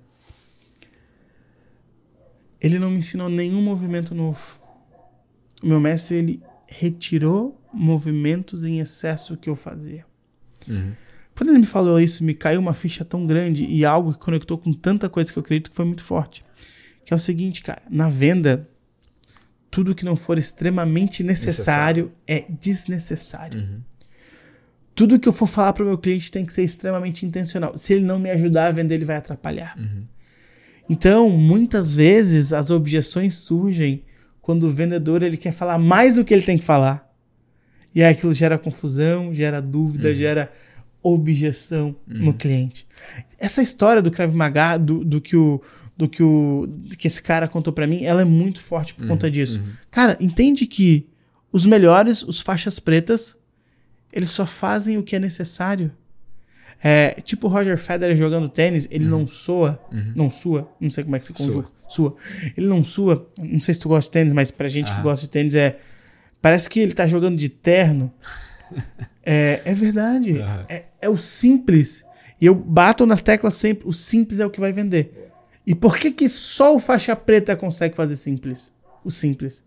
ele não me ensinou nenhum movimento novo. O meu mestre, ele retirou movimentos em excesso que eu fazia. Quando ele me falou isso, me caiu uma ficha tão grande e algo que conectou com tanta coisa que eu acredito que foi muito forte. Que é o seguinte, cara, na venda, tudo que não for extremamente necessário é desnecessário. Tudo que eu for falar para o meu cliente tem que ser extremamente intencional. Se ele não me ajudar a vender, ele vai atrapalhar. Então, muitas vezes, as objeções surgem quando o vendedor ele quer falar mais do que ele tem que falar. E aí aquilo gera confusão, gera dúvida, gera objeção no cliente. Essa história do Krav Maga, do que esse cara contou pra mim, ela é muito forte por conta disso. Cara, entende que os melhores, os faixas pretas, eles só fazem o que é necessário. Tipo o Roger Federer jogando tênis, ele não soa, não sua, não sei como é que se conjuga, sua. Ele não sua, não sei se tu gosta de tênis, mas pra gente que gosta de tênis parece que ele tá jogando de terno. É verdade, é o simples. E eu bato na tecla sempre, o simples é o que vai vender. E por que só o faixa preta consegue fazer simples? O simples.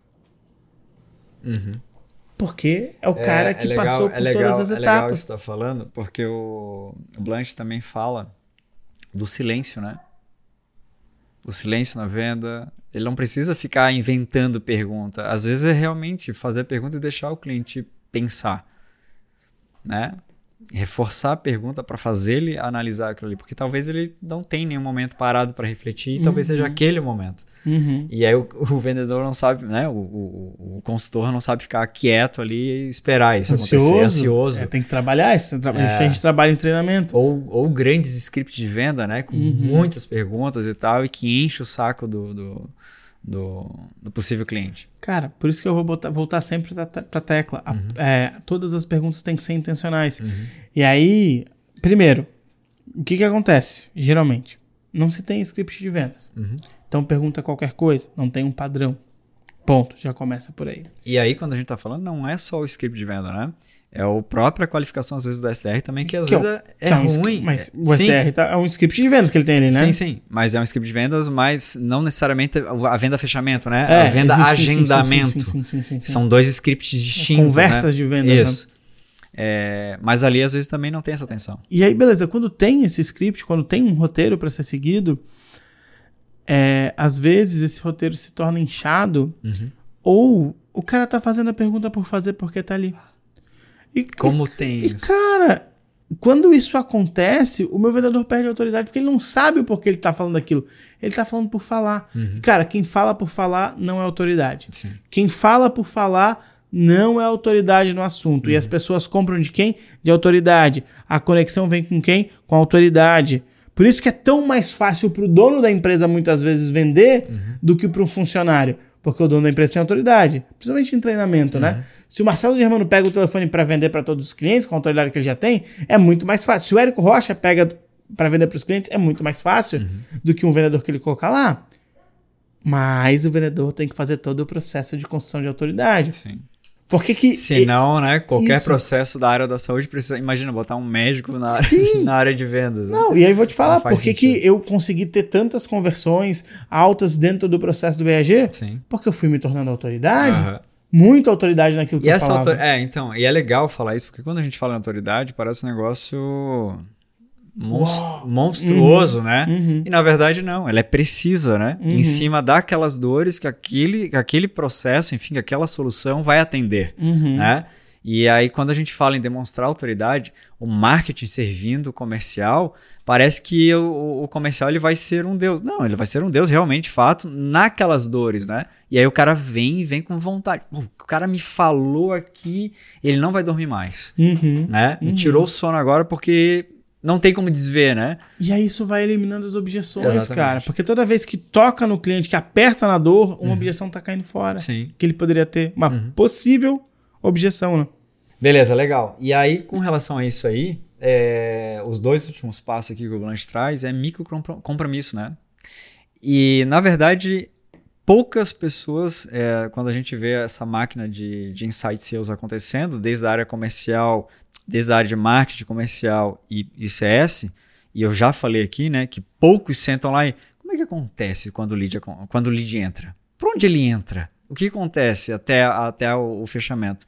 Porque é o cara que passou por todas as etapas. É legal isso que você tá falando, porque o Blanche também fala do silêncio, né? O silêncio na venda. Ele não precisa ficar inventando pergunta. Às vezes é realmente fazer a pergunta e deixar o cliente pensar, né? Reforçar a pergunta para fazer ele analisar aquilo ali, porque talvez ele não tenha nenhum momento parado para refletir e talvez seja aquele o momento. E aí o vendedor não sabe, né? O consultor não sabe ficar quieto ali e esperar isso acontecer, ansioso. Tem que trabalhar, isso a gente trabalha em treinamento. Ou grandes scripts de venda, né? Com muitas perguntas e tal, e que enche o saco do possível cliente. Cara, por isso que eu vou voltar sempre pra tecla. Todas as perguntas têm que ser intencionais. E aí, primeiro, o que acontece? Geralmente, não se tem script de vendas. Então pergunta qualquer coisa, não tem um padrão. Ponto, já começa por aí. E aí, quando a gente tá falando, não é só o script de venda, né? É a própria qualificação, às vezes, do SDR também, que às vezes é ruim. Mas o SDR é um script de vendas que ele tem ali, né? Sim. Mas é um script de vendas, mas não necessariamente a venda-fechamento, né? A venda-agendamento. Sim. São 2 scripts distintos. Conversas de venda. Isso. Né? Mas ali, às vezes, também não tem essa atenção. E aí, beleza, quando tem esse script, quando tem um roteiro para ser seguido, às vezes esse roteiro se torna inchado, ou o cara tá fazendo a pergunta por fazer porque tá ali. Como tem isso? Cara, Quando isso acontece, o meu vendedor perde a autoridade porque ele não sabe o porquê ele tá falando aquilo. Ele tá falando por falar. Cara, quem fala por falar não é autoridade. Sim. Quem fala por falar não é autoridade no assunto. E as pessoas compram de quem? De autoridade. A conexão vem com quem? Com a autoridade. Por isso que é tão mais fácil pro dono da empresa muitas vezes vender do que pro funcionário. Porque o dono da empresa tem autoridade, principalmente em treinamento, né? Se o Marcelo Germano pega o telefone para vender para todos os clientes, com a autoridade que ele já tem, é muito mais fácil. Se o Érico Rocha pega para vender para os clientes, é muito mais fácil do que um vendedor que ele colocar lá. Mas o vendedor tem que fazer todo o processo de construção de autoridade. Sim. Porque que... Senão, né, qualquer isso. processo da área da saúde precisa... Imagina, botar um médico na área de vendas. Não, e aí eu vou te falar, Não faz por que eu consegui ter tantas conversões altas dentro do processo do BAG? Sim. Porque eu fui me tornando autoridade. Muita autoridade naquilo que eu falava. Então, e é legal falar isso, porque quando a gente fala em autoridade, parece um negócio monstruoso, né? E na verdade não, ela é precisa, né? Em cima daquelas dores que aquele processo, enfim, que aquela solução vai atender, né? E aí quando a gente fala em demonstrar autoridade, o marketing servindo o comercial, parece que o comercial ele vai ser um deus. Não, ele vai ser um deus realmente, de fato, naquelas dores, né? E aí o cara vem com vontade. O cara me falou aqui, ele não vai dormir mais, né? Me tirou o sono agora porque... Não tem como desver, né? E aí isso vai eliminando as objeções, Exatamente. cara. Porque toda vez que toca no cliente, que aperta na dor, uma objeção tá caindo fora. Sim. Que ele poderia ter uma possível objeção, né? Beleza, legal. E aí, com relação a isso aí, os dois últimos passos aqui que o Blanche traz é micro compromisso, né? E, na verdade, poucas pessoas, quando a gente vê essa máquina de insight sales acontecendo, desde a área comercial... desde a área de marketing comercial e CS, e eu já falei aqui, né, que poucos sentam lá e como é que acontece quando o lead entra? Por onde ele entra? O que acontece até o fechamento?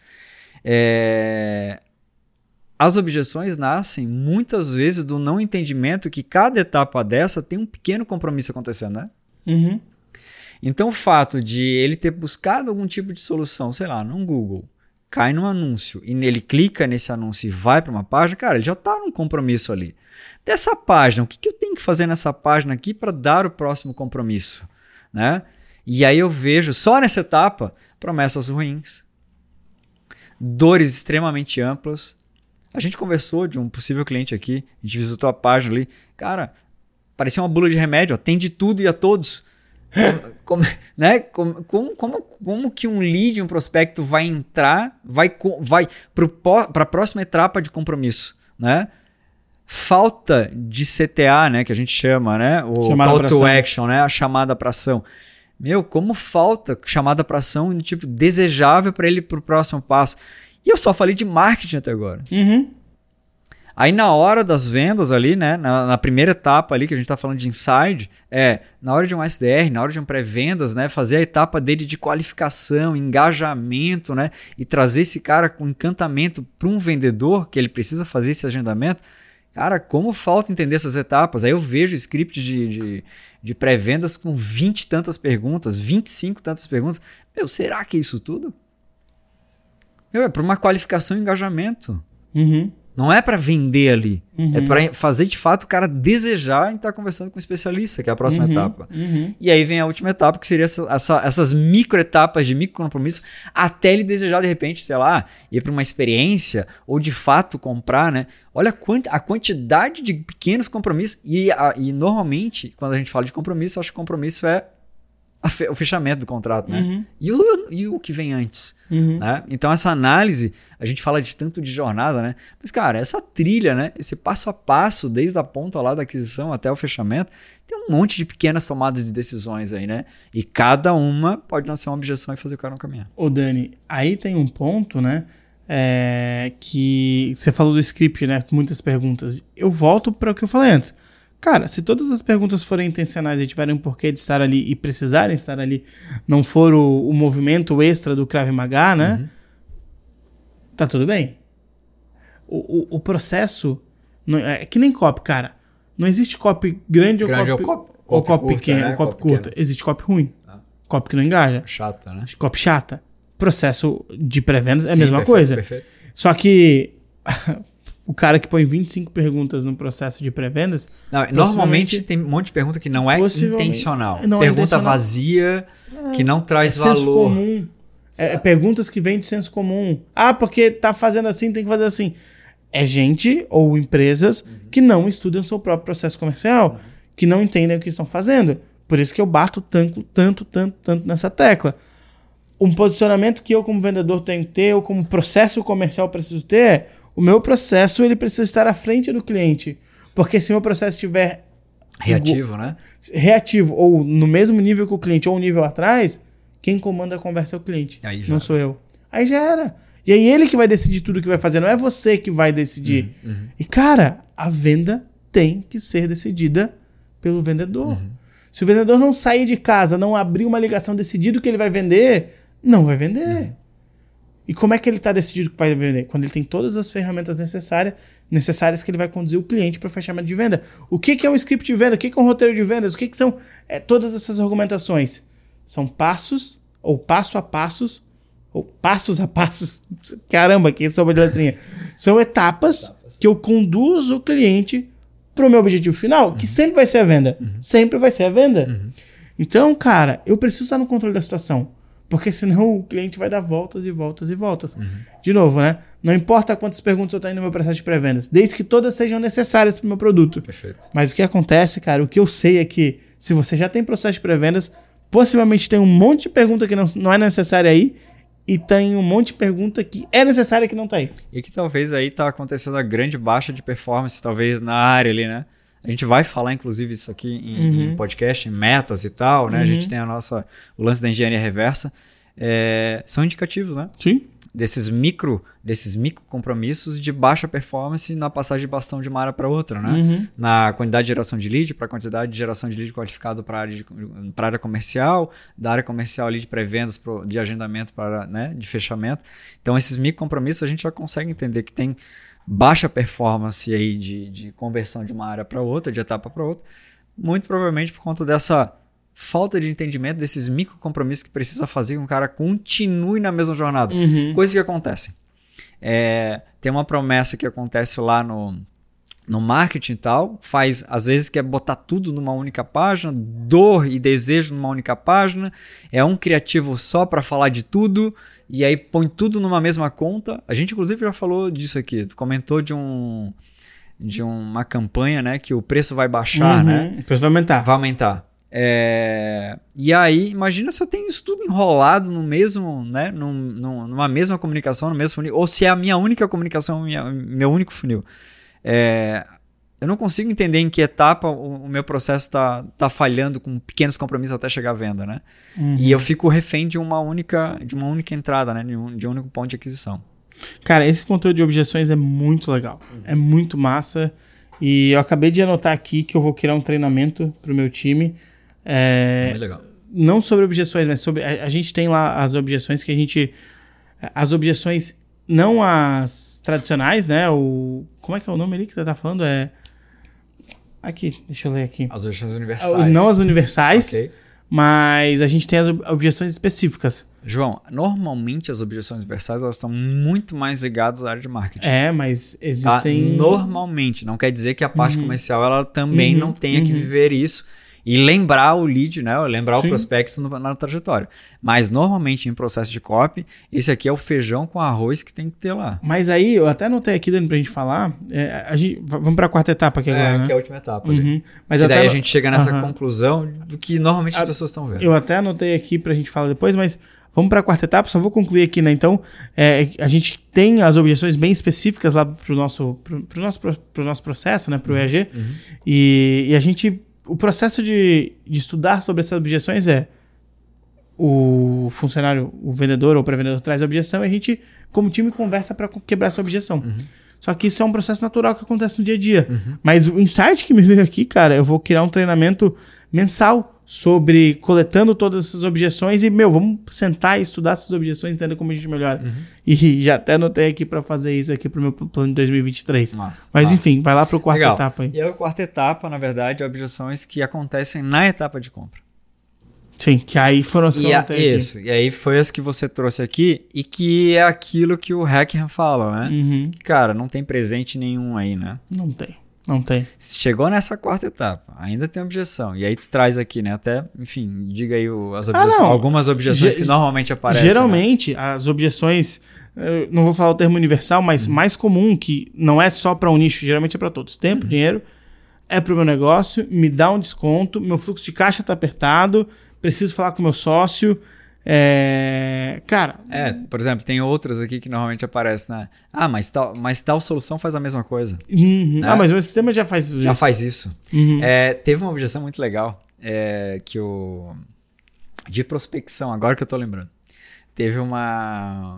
As objeções nascem muitas vezes do não entendimento que cada etapa dessa tem um pequeno compromisso acontecendo, né? Então o fato de ele ter buscado algum tipo de solução, sei lá, no Google, cai num anúncio e ele clica nesse anúncio e vai para uma página, cara, ele já está num compromisso ali. Dessa página, o que eu tenho que fazer nessa página aqui para dar o próximo compromisso, né? E aí eu vejo só nessa etapa promessas ruins, dores extremamente amplas. A gente conversou de um possível cliente aqui, a gente visitou a página ali, cara, parecia uma bula de remédio, atende tudo e a todos. Como que um lead, um prospecto vai entrar, vai para a próxima etapa de compromisso, né? Falta de CTA, né, que a gente chama, né, o call to action, né, a chamada para ação. Como falta chamada para ação de tipo desejável para ele para o próximo passo. E eu só falei de marketing até agora. Aí na hora das vendas ali, né, na primeira etapa ali que a gente tá falando de inside, na hora de um SDR, na hora de um pré-vendas, né, fazer a etapa dele de qualificação, engajamento, né, e trazer esse cara com encantamento para um vendedor, que ele precisa fazer esse agendamento. Cara, como falta entender essas etapas. Aí eu vejo script de pré-vendas com 20 e tantas perguntas, 25 e tantas perguntas. Será que é isso tudo? É para uma qualificação e engajamento. Não é para vender ali. É para fazer de fato o cara desejar em estar conversando com o especialista, que é a próxima etapa. E aí vem a última etapa, que seria essas micro etapas de micro compromisso, até ele desejar de repente, sei lá, ir para uma experiência ou de fato comprar, né? Olha a quantidade de pequenos compromissos. E normalmente, quando a gente fala de compromisso, eu acho que compromisso é o fechamento do contrato, né? E o que vem antes, né? Então essa análise, a gente fala tanto de jornada, né? Mas cara, essa trilha, né? Esse passo a passo, desde a ponta lá da aquisição até o fechamento, tem um monte de pequenas tomadas de decisões aí, né? E cada uma pode nascer uma objeção e fazer o cara não caminhar. Ô Dani, aí tem um ponto, né? Que você falou do script, né? Muitas perguntas. Eu volto para o que eu falei antes. Cara, se todas as perguntas forem intencionais e tiverem um porquê de estar ali e precisarem estar ali, não for o movimento extra do Krav Maga, né? Tá tudo bem. O processo... Não, é que nem copy, cara. Não existe copy grande ou copy pequeno, né? Ou copy curto. Existe copy ruim. Copy que não engaja. Chata, né? Copy chata. Processo de pré-vendas é a mesma coisa. Perfeito. Só que... o cara que põe 25 perguntas no processo de pré-vendas... Normalmente tem um monte de pergunta que não é intencional. Pergunta vazia, que não traz valor. Senso comum. Perguntas que vêm de senso comum. Porque tá fazendo assim, tem que fazer assim. É gente ou empresas que não estudam o seu próprio processo comercial, que não entendem o que estão fazendo. Por isso que eu bato tanto nessa tecla. Um posicionamento que eu como vendedor tenho que ter, ou como processo comercial preciso ter, é o meu processo ele precisa estar à frente do cliente. Porque se o meu processo estiver... Reativo, né? Reativo, ou no mesmo nível que o cliente, ou um nível atrás, quem comanda a conversa é o cliente, não sou eu. Aí já era. E aí ele que vai decidir tudo o que vai fazer, não é você que vai decidir. E cara, a venda tem que ser decidida pelo vendedor. Se o vendedor não sair de casa, não abrir uma ligação decidido que ele vai vender, não vai vender. E como é que ele está decidido que vai vender? Quando ele tem todas as ferramentas necessárias que ele vai conduzir o cliente para o fechamento de venda. O que é um script de venda? O que é um roteiro de vendas? O que são todas essas argumentações? São passos, ou passo a passos, ou passos a passos. Caramba, que sopa de letrinha. São etapas que eu conduzo o cliente para o meu objetivo final, que sempre vai ser a venda. Sempre vai ser a venda. Então, cara, eu preciso estar no controle da situação. Porque senão o cliente vai dar voltas e voltas e voltas. De novo, né? Não importa quantas perguntas eu tenho no meu processo de pré-vendas, desde que todas sejam necessárias para o meu produto. Perfeito. Mas o que acontece, cara, o que eu sei é que se você já tem processo de pré-vendas, possivelmente tem um monte de pergunta que não é necessária aí, e tem um monte de pergunta que é necessária que não tá aí. E que talvez aí tá acontecendo a grande baixa de performance, talvez na área ali, né? A gente vai falar, inclusive, isso aqui em podcast, em metas e tal, né? A gente tem o lance da engenharia reversa. São indicativos, né? Sim. Desses micro compromissos de baixa performance na passagem de bastão de uma área para outra, né? Na quantidade de geração de lead, para a quantidade de geração de lead qualificado para a área comercial, da área comercial ali de pré-vendas, de agendamento para, né, de fechamento. Então, esses micro compromissos a gente já consegue entender que tem baixa performance aí de conversão de uma área para outra, de etapa para outra, muito provavelmente por conta dessa falta de entendimento desses micro compromissos que precisa fazer com que o cara continue na mesma jornada. Coisas que acontecem. Tem uma promessa que acontece lá no marketing e tal, às vezes quer botar tudo numa única página, dor e desejo numa única página, é um criativo só para falar de tudo, e aí põe tudo numa mesma conta. A gente inclusive já falou disso aqui, tu comentou de uma campanha, né, que o preço vai baixar, né? O preço vai aumentar. Vai aumentar. E aí, imagina se eu tenho isso tudo enrolado no mesmo, né, numa mesma comunicação, no mesmo funil, ou se é a minha única comunicação, meu único funil. Eu não consigo entender em que etapa o meu processo tá falhando com pequenos compromissos até chegar à venda, né? E eu fico refém de uma única entrada, né, de um único ponto de aquisição. Cara, esse conteúdo de objeções é muito legal. É muito massa. E eu acabei de anotar aqui que eu vou criar um treinamento pro meu time. Muito legal. Não sobre objeções, mas sobre... A gente tem lá as objeções que a gente... As objeções, não as tradicionais, né? Como é que é o nome ali que você tá falando? Aqui, deixa eu ler aqui. As objeções universais. Não as universais, okay. Mas a gente tem as objeções específicas. João, normalmente as objeções universais elas estão muito mais ligadas à área de marketing. Mas existem... Normalmente, não quer dizer que a parte comercial ela também não tenha que viver isso e lembrar o lead, né? Lembrar o prospecto na trajetória. Mas normalmente em processo de copy, esse aqui é o feijão com arroz que tem que ter lá. Mas aí, eu até anotei aqui, dando pra gente falar, vamos pra quarta etapa aqui agora, né? Que é a última etapa. Ali. Mas e daí a gente chega nessa conclusão do que normalmente as pessoas estão vendo. Eu até anotei aqui pra gente falar depois, mas vamos pra quarta etapa, só vou concluir aqui, né? Então, a gente tem as objeções bem específicas lá pro nosso processo, né? Pro EAG. E a gente... O processo de estudar sobre essas objeções o funcionário, o vendedor ou o pré-vendedor traz a objeção e a gente, como time, conversa para quebrar essa objeção. Só que isso é um processo natural que acontece no dia a dia. Mas o insight que me veio aqui, cara, eu vou criar um treinamento mensal sobre coletando todas essas objeções e, vamos sentar e estudar essas objeções e entender como a gente melhora. E já até anotei aqui para fazer isso aqui pro meu plano de 2023. Mas enfim, vai lá pro quarta etapa aí. E a quarta etapa, na verdade, é objeções que acontecem na etapa de compra. Sim, que aí foram as que eu notei aqui. Isso, e aí foi as que você trouxe aqui, e que é aquilo que o Hackham fala, né? Que, cara, não tem presente nenhum aí, né? Não tem. Chegou nessa quarta etapa, ainda tem objeção. E aí tu traz aqui, né? Até, enfim, diga aí algumas objeções que normalmente aparecem. Geralmente, né? As objeções, eu não vou falar o termo universal, mas mais comum, que não é só para um nicho, geralmente é para todos. Tempo, dinheiro, é para o meu negócio, me dá um desconto, meu fluxo de caixa está apertado, preciso falar com o meu sócio. Cara. Por exemplo, tem outras aqui que normalmente aparecem, né? Mas tal solução faz a mesma coisa. Né? Mas o meu sistema já faz isso. Já faz isso. Teve uma objeção muito legal de prospecção, agora que eu tô lembrando. Teve uma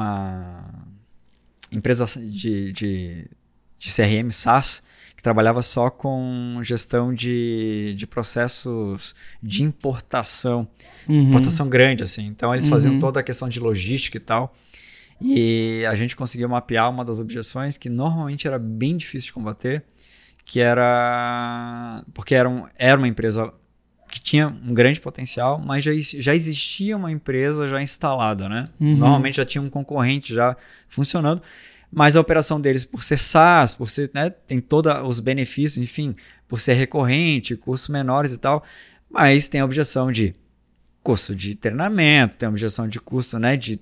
empresa de CRM SaaS que trabalhava só com gestão de processos de importação. Importação grande, assim. Então, eles faziam toda a questão de logística e tal. E a gente conseguiu mapear uma das objeções que normalmente era bem difícil de combater, que era... Porque era uma empresa que tinha um grande potencial, mas já existia uma empresa já instalada, né? Normalmente já tinha um concorrente já funcionando, mas a operação deles, por ser SaaS, por ser, né, tem todos os benefícios, enfim, por ser recorrente, custos menores e tal, mas tem a objeção de custo de treinamento, tem a objeção de custo, né, de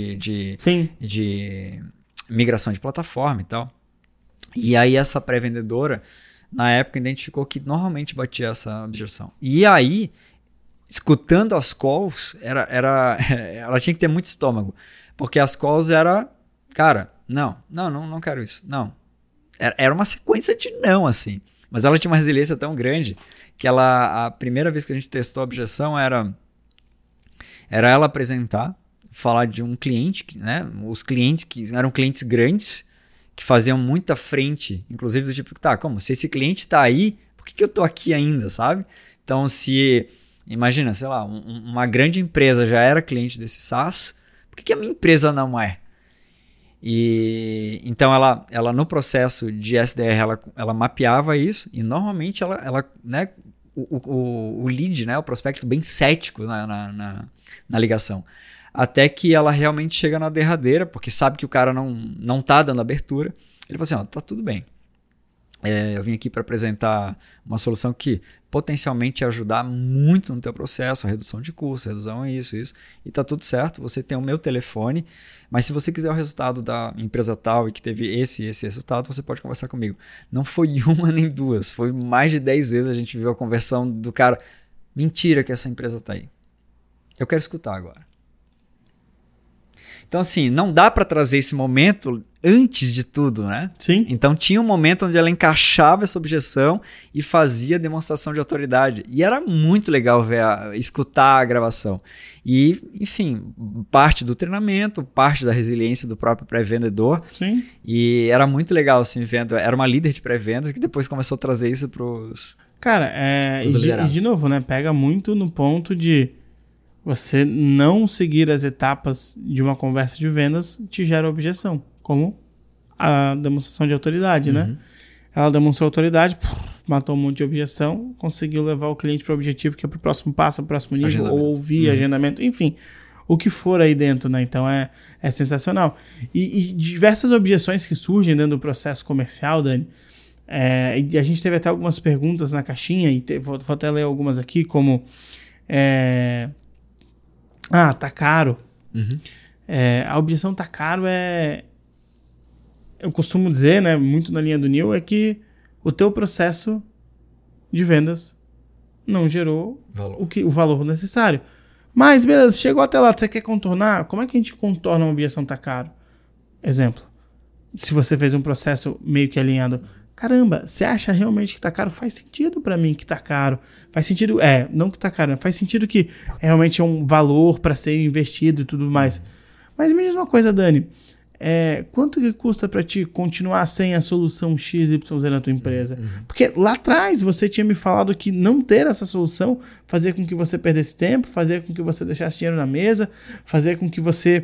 migração de plataforma e tal. E aí essa pré-vendedora, na época, identificou que normalmente batia essa objeção. E aí, escutando as calls, ela tinha que ter muito estômago, porque as calls era, cara, não quero isso, não. Era uma sequência de não, assim. Mas ela tinha uma resiliência tão grande que a primeira vez que a gente testou a objeção era ela apresentar, falar de um cliente, né? Os clientes que eram clientes grandes, que faziam muita frente, inclusive do tipo, se esse cliente está aí, por que eu estou aqui ainda, sabe? Então, imagina, sei lá, uma grande empresa já era cliente desse SaaS, por que a minha empresa não é? E então ela no processo de SDR ela mapeava isso e normalmente ela né, o lead, né, o prospecto bem cético na ligação, até que ela realmente chega na derradeira, porque sabe que o cara não tá dando abertura. Ele fala assim, tá tudo bem, eu vim aqui para apresentar uma solução que potencialmente ia ajudar muito no teu processo, a redução de custos, redução isso, e tá tudo certo, você tem o meu telefone, mas se você quiser o resultado da empresa tal e que teve esse resultado, você pode conversar comigo. Não foi uma nem duas, foi mais de 10 vezes a gente viu a conversão do cara, mentira que essa empresa tá aí. Eu quero escutar agora. Então, assim, não dá para trazer esse momento antes de tudo, né? Sim. Então, tinha um momento onde ela encaixava essa objeção e fazia demonstração de autoridade. E era muito legal escutar a gravação. E, enfim, parte do treinamento, parte da resiliência do próprio pré-vendedor. Sim. E era muito legal, assim, vendo. Era uma líder de pré-vendas que depois começou a trazer isso pros... Cara, e de novo, né? Pega muito no ponto de você não seguir as etapas de uma conversa de vendas te gera objeção, como a demonstração de autoridade, né? Ela demonstrou autoridade, matou um monte de objeção, conseguiu levar o cliente para o objetivo, que é para o próximo passo, para o próximo nível, ou ouvir, agendamento, enfim, o que for aí dentro, né? Então é sensacional. E diversas objeções que surgem dentro do processo comercial, Dani, e a gente teve até algumas perguntas na caixinha, e vou até ler algumas aqui, como... tá caro. A objeção tá caro eu costumo dizer, né, muito na linha do Neil, é que o teu processo de vendas não gerou o valor necessário. Mas, beleza, chegou até lá, você quer contornar? Como é que a gente contorna uma objeção tá caro? Exemplo, se você fez um processo meio que alinhado, caramba, você acha realmente que tá caro? Faz sentido pra mim que tá caro. Faz sentido, não que tá caro, faz sentido que realmente é um valor pra ser investido e tudo mais. Mas me diz uma coisa, Dani, quanto que custa pra ti continuar sem a solução XYZ na tua empresa? Porque lá atrás você tinha me falado que não ter essa solução fazia com que você perdesse tempo, fazia com que você deixasse dinheiro na mesa, fazia com que você,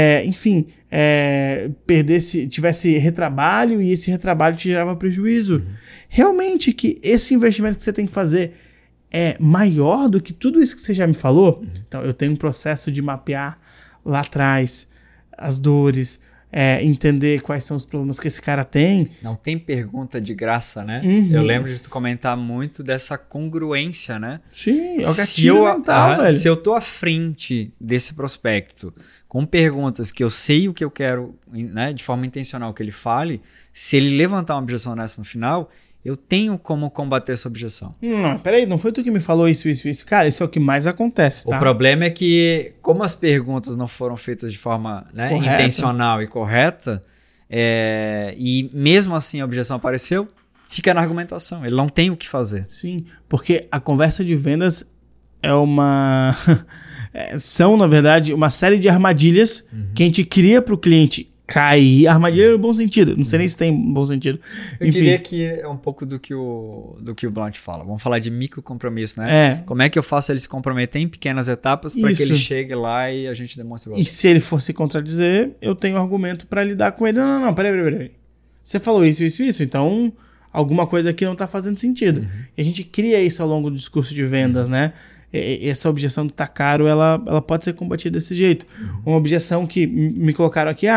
tivesse retrabalho, e esse retrabalho te gerava prejuízo. Realmente que esse investimento que você tem que fazer é maior do que tudo isso que você já me falou, então eu tenho um processo de mapear lá atrás as dores, entender quais são os problemas que esse cara tem. Não tem pergunta de graça, né? Eu lembro de tu comentar muito dessa congruência, né? Sim, é o gatilho mental, velho. Se eu tô à frente desse prospecto com perguntas que eu sei o que eu quero, né, de forma intencional que ele fale, se ele levantar uma objeção nessa no final, eu tenho como combater essa objeção. Não, peraí, não foi tu que me falou isso. Cara, isso é o que mais acontece, tá? O problema é que, como as perguntas não foram feitas de forma, né, intencional e correta, e mesmo assim a objeção apareceu, fica na argumentação. Ele não tem o que fazer. Sim, porque a conversa de vendas é uma... são, na verdade, uma série de armadilhas que a gente cria para o cliente cair. Armadilha no bom sentido. Não sei nem se tem bom sentido. Eu diria que é um pouco do que o Blunt fala. Vamos falar de micro compromisso, né? Como é que eu faço ele se comprometer em pequenas etapas para que ele chegue lá e a gente demonstre valor. E se ele for se contradizer, eu tenho argumento para lidar com ele. Não, peraí. Você falou isso, então alguma coisa aqui não está fazendo sentido. E a gente cria isso ao longo do discurso de vendas, né? Essa objeção do tá caro, ela pode ser combatida desse jeito. Uma objeção que me colocaram aqui,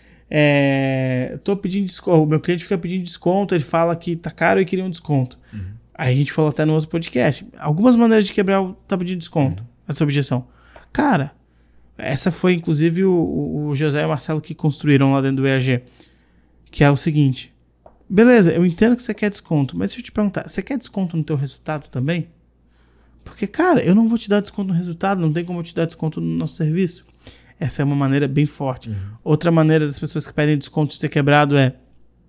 tô pedindo desconto, o meu cliente fica pedindo desconto, ele fala que tá caro e queria um desconto. Aí a gente falou até no outro podcast, algumas maneiras de quebrar o tá pedindo desconto, essa objeção. Cara, essa foi inclusive o José e o Marcelo que construíram lá dentro do EAG, que é o seguinte: beleza, eu entendo que você quer desconto, mas deixa eu te perguntar, você quer desconto no teu resultado também? Porque, cara, eu não vou te dar desconto no resultado, não tem como eu te dar desconto no nosso serviço. Essa é uma maneira bem forte. Outra maneira das pessoas que pedem desconto de ser quebrado é...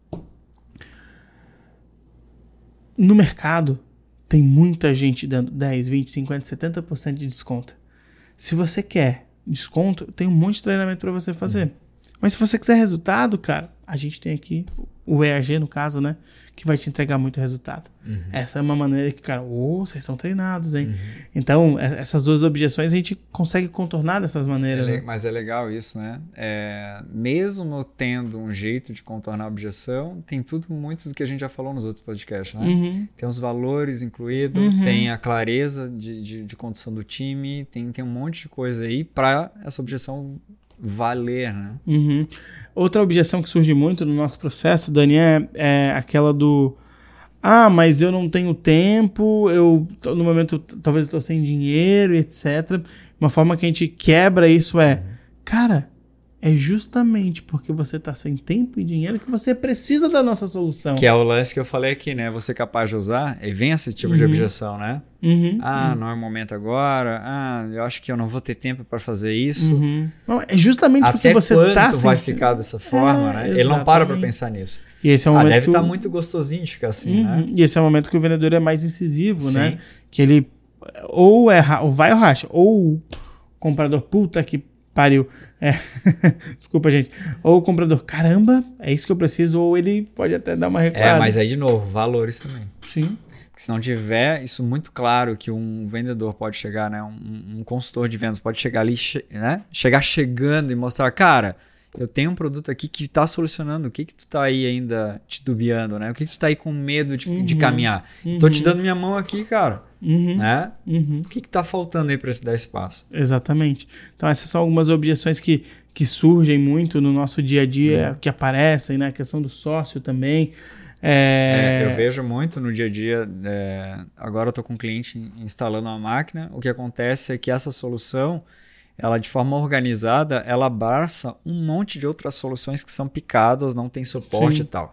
No mercado, tem muita gente dando 10, 20, 50, 70% de desconto. Se você quer desconto, tem um monte de treinamento para você fazer. Mas se você quiser resultado, cara, a gente tem aqui o EAG, no caso, né? Que vai te entregar muito resultado. Essa é uma maneira que, cara, vocês são treinados, hein? Então, essas duas objeções a gente consegue contornar dessas maneiras. Né? Mas é legal isso, né? Mesmo tendo um jeito de contornar a objeção, tem tudo muito do que a gente já falou nos outros podcasts, né? Tem os valores incluídos, tem a clareza de condução do time, tem um monte de coisa aí para essa objeção valer, né? Outra objeção que surge muito no nosso processo, Dani, é aquela do mas eu não tenho tempo, no momento talvez eu estou sem dinheiro, etc. Uma forma que a gente quebra isso cara, é justamente porque você está sem tempo e dinheiro que você precisa da nossa solução. Que é o lance que eu falei aqui, né? Você é capaz de usar, e vem esse tipo de objeção, né? Não é o momento agora. Eu acho que eu não vou ter tempo para fazer isso. Não, é justamente porque você está sem... vai ficar dessa forma, né? Ele não para pensar nisso. E esse é o momento deve estar muito gostosinho de ficar assim, né? E esse é o momento que o vendedor é mais incisivo, né? Que ele ou vai ou racha, ou o comprador, puta que pariu. Desculpa, gente. Ou o comprador, caramba, é isso que eu preciso, ou ele pode até dar uma recuada. Mas aí, de novo, valores também. Sim. Porque se não tiver isso muito claro, que um vendedor pode chegar, né? Um consultor de vendas pode chegar ali, né? Chegar chegando e mostrar, cara, eu tenho um produto aqui que está solucionando. O que tu tá aí ainda titubeando, né? O que tu tá aí com medo de caminhar? Tô te dando minha mão aqui, cara. Né? O que tá faltando aí para dar esse passo? Exatamente. Então essas são algumas objeções que surgem muito no nosso dia a dia, que aparecem, né? A questão do sócio também. Eu vejo muito no dia a dia. Agora eu tô com um cliente instalando uma máquina. O que acontece é que essa solução, ela de forma organizada, ela abraça um monte de outras soluções que são picadas, não tem suporte e tal.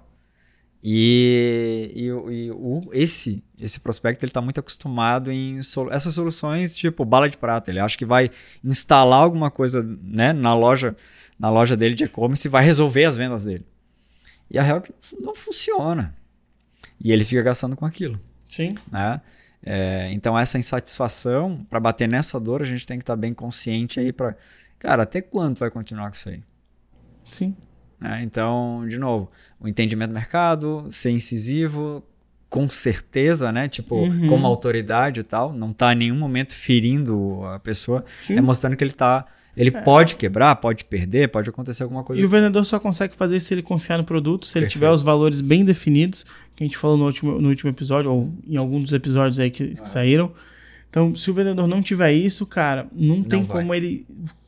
Esse prospecto ele está muito acostumado em essas soluções tipo bala de prata. Ele acha que vai instalar alguma coisa, né, na loja dele de e-commerce e vai resolver as vendas dele. E a real é que não funciona. E ele fica gastando com aquilo. Sim. Né? Então essa insatisfação, para bater nessa dor, a gente tem que estar bem consciente aí para... Cara, até quando vai continuar com isso aí? Sim. Então, de novo, o entendimento do mercado, ser incisivo, com certeza, né? Tipo, como autoridade e tal, não está em nenhum momento ferindo a pessoa, mostrando que ele está Ele pode quebrar, pode perder, pode acontecer alguma coisa. E o vendedor só consegue fazer isso se ele confiar no produto, se ele tiver os valores bem definidos, que a gente falou no último episódio, ou em algum dos episódios aí que saíram. Então, se o vendedor não tiver isso, cara, não tem como ele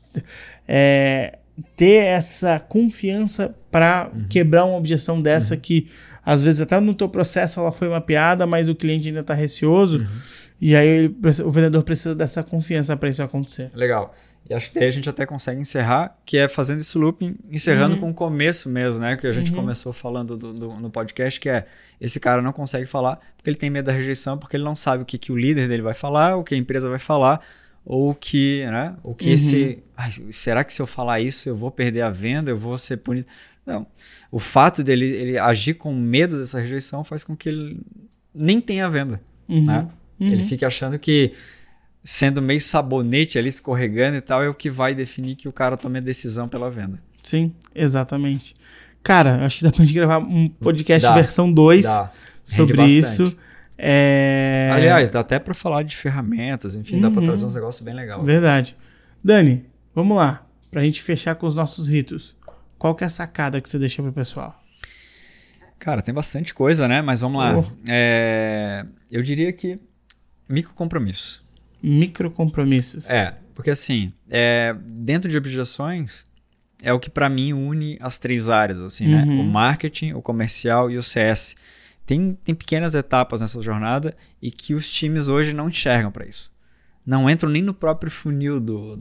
ter essa confiança para quebrar uma objeção dessa que, às vezes, até no teu processo ela foi mapeada, mas o cliente ainda está receoso. E aí o vendedor precisa dessa confiança para isso acontecer. Legal. E acho que daí a gente até consegue encerrar, que é fazendo esse looping, encerrando com o começo mesmo, né? Que a gente começou falando no podcast, que é esse cara não consegue falar porque ele tem medo da rejeição, porque ele não sabe o que o líder dele vai falar, o que a empresa vai falar, ou que, né? O que será que se eu falar isso eu vou perder a venda, eu vou ser punido? Não. O fato dele ele agir com medo dessa rejeição faz com que ele nem tenha venda, né? Ele fica achando que sendo meio sabonete ali, escorregando e tal, é o que vai definir que o cara tome a decisão pela venda. Sim, exatamente. Cara, acho que dá pra gente gravar um podcast versão 2 sobre isso. Aliás, dá até pra falar de ferramentas, enfim, dá pra trazer uns negócios bem legais. Verdade. Dani, vamos lá. Pra gente fechar com os nossos ritos. Qual que é a sacada que você deixou pro pessoal? Cara, tem bastante coisa, né? Mas vamos lá. Eu diria que microcompromissos. Microcompromissos. Porque assim, dentro de objeções, é o que para mim une as 3 áreas, assim, né? O marketing, o comercial e o CS. Tem pequenas etapas nessa jornada e que os times hoje não enxergam para isso. Não entram nem no próprio funil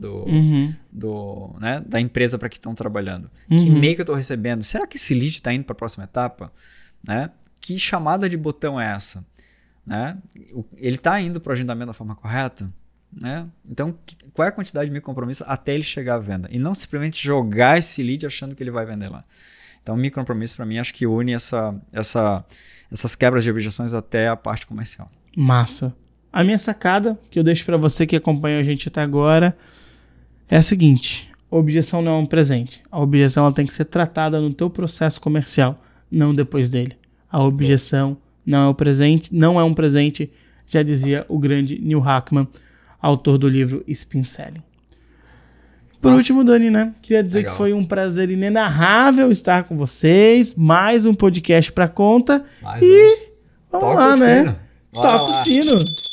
né, da empresa para que estão trabalhando. Que e-mail que eu estou recebendo? Será que esse lead está indo para a próxima etapa? Né? Que chamada de botão é essa? Né? Ele está indo para o agendamento da forma correta? Né? Então, qual é a quantidade de microcompromisso até ele chegar à venda? E não simplesmente jogar esse lead achando que ele vai vender lá. Então, microcompromisso, para mim, acho que une essas quebras de objeções até a parte comercial. Massa. A minha sacada, que eu deixo para você que acompanhou a gente até agora, é a seguinte: a objeção não é um presente. A objeção ela tem que ser tratada no teu processo comercial, não depois dele. A objeção não é um presente, já dizia o grande Neil Hackman, autor do livro Spin Selling. Por último, Dani, né? Queria dizer que foi um prazer inenarrável estar com vocês. Mais um podcast pra conta. Vamos lá, né? Toca o sino.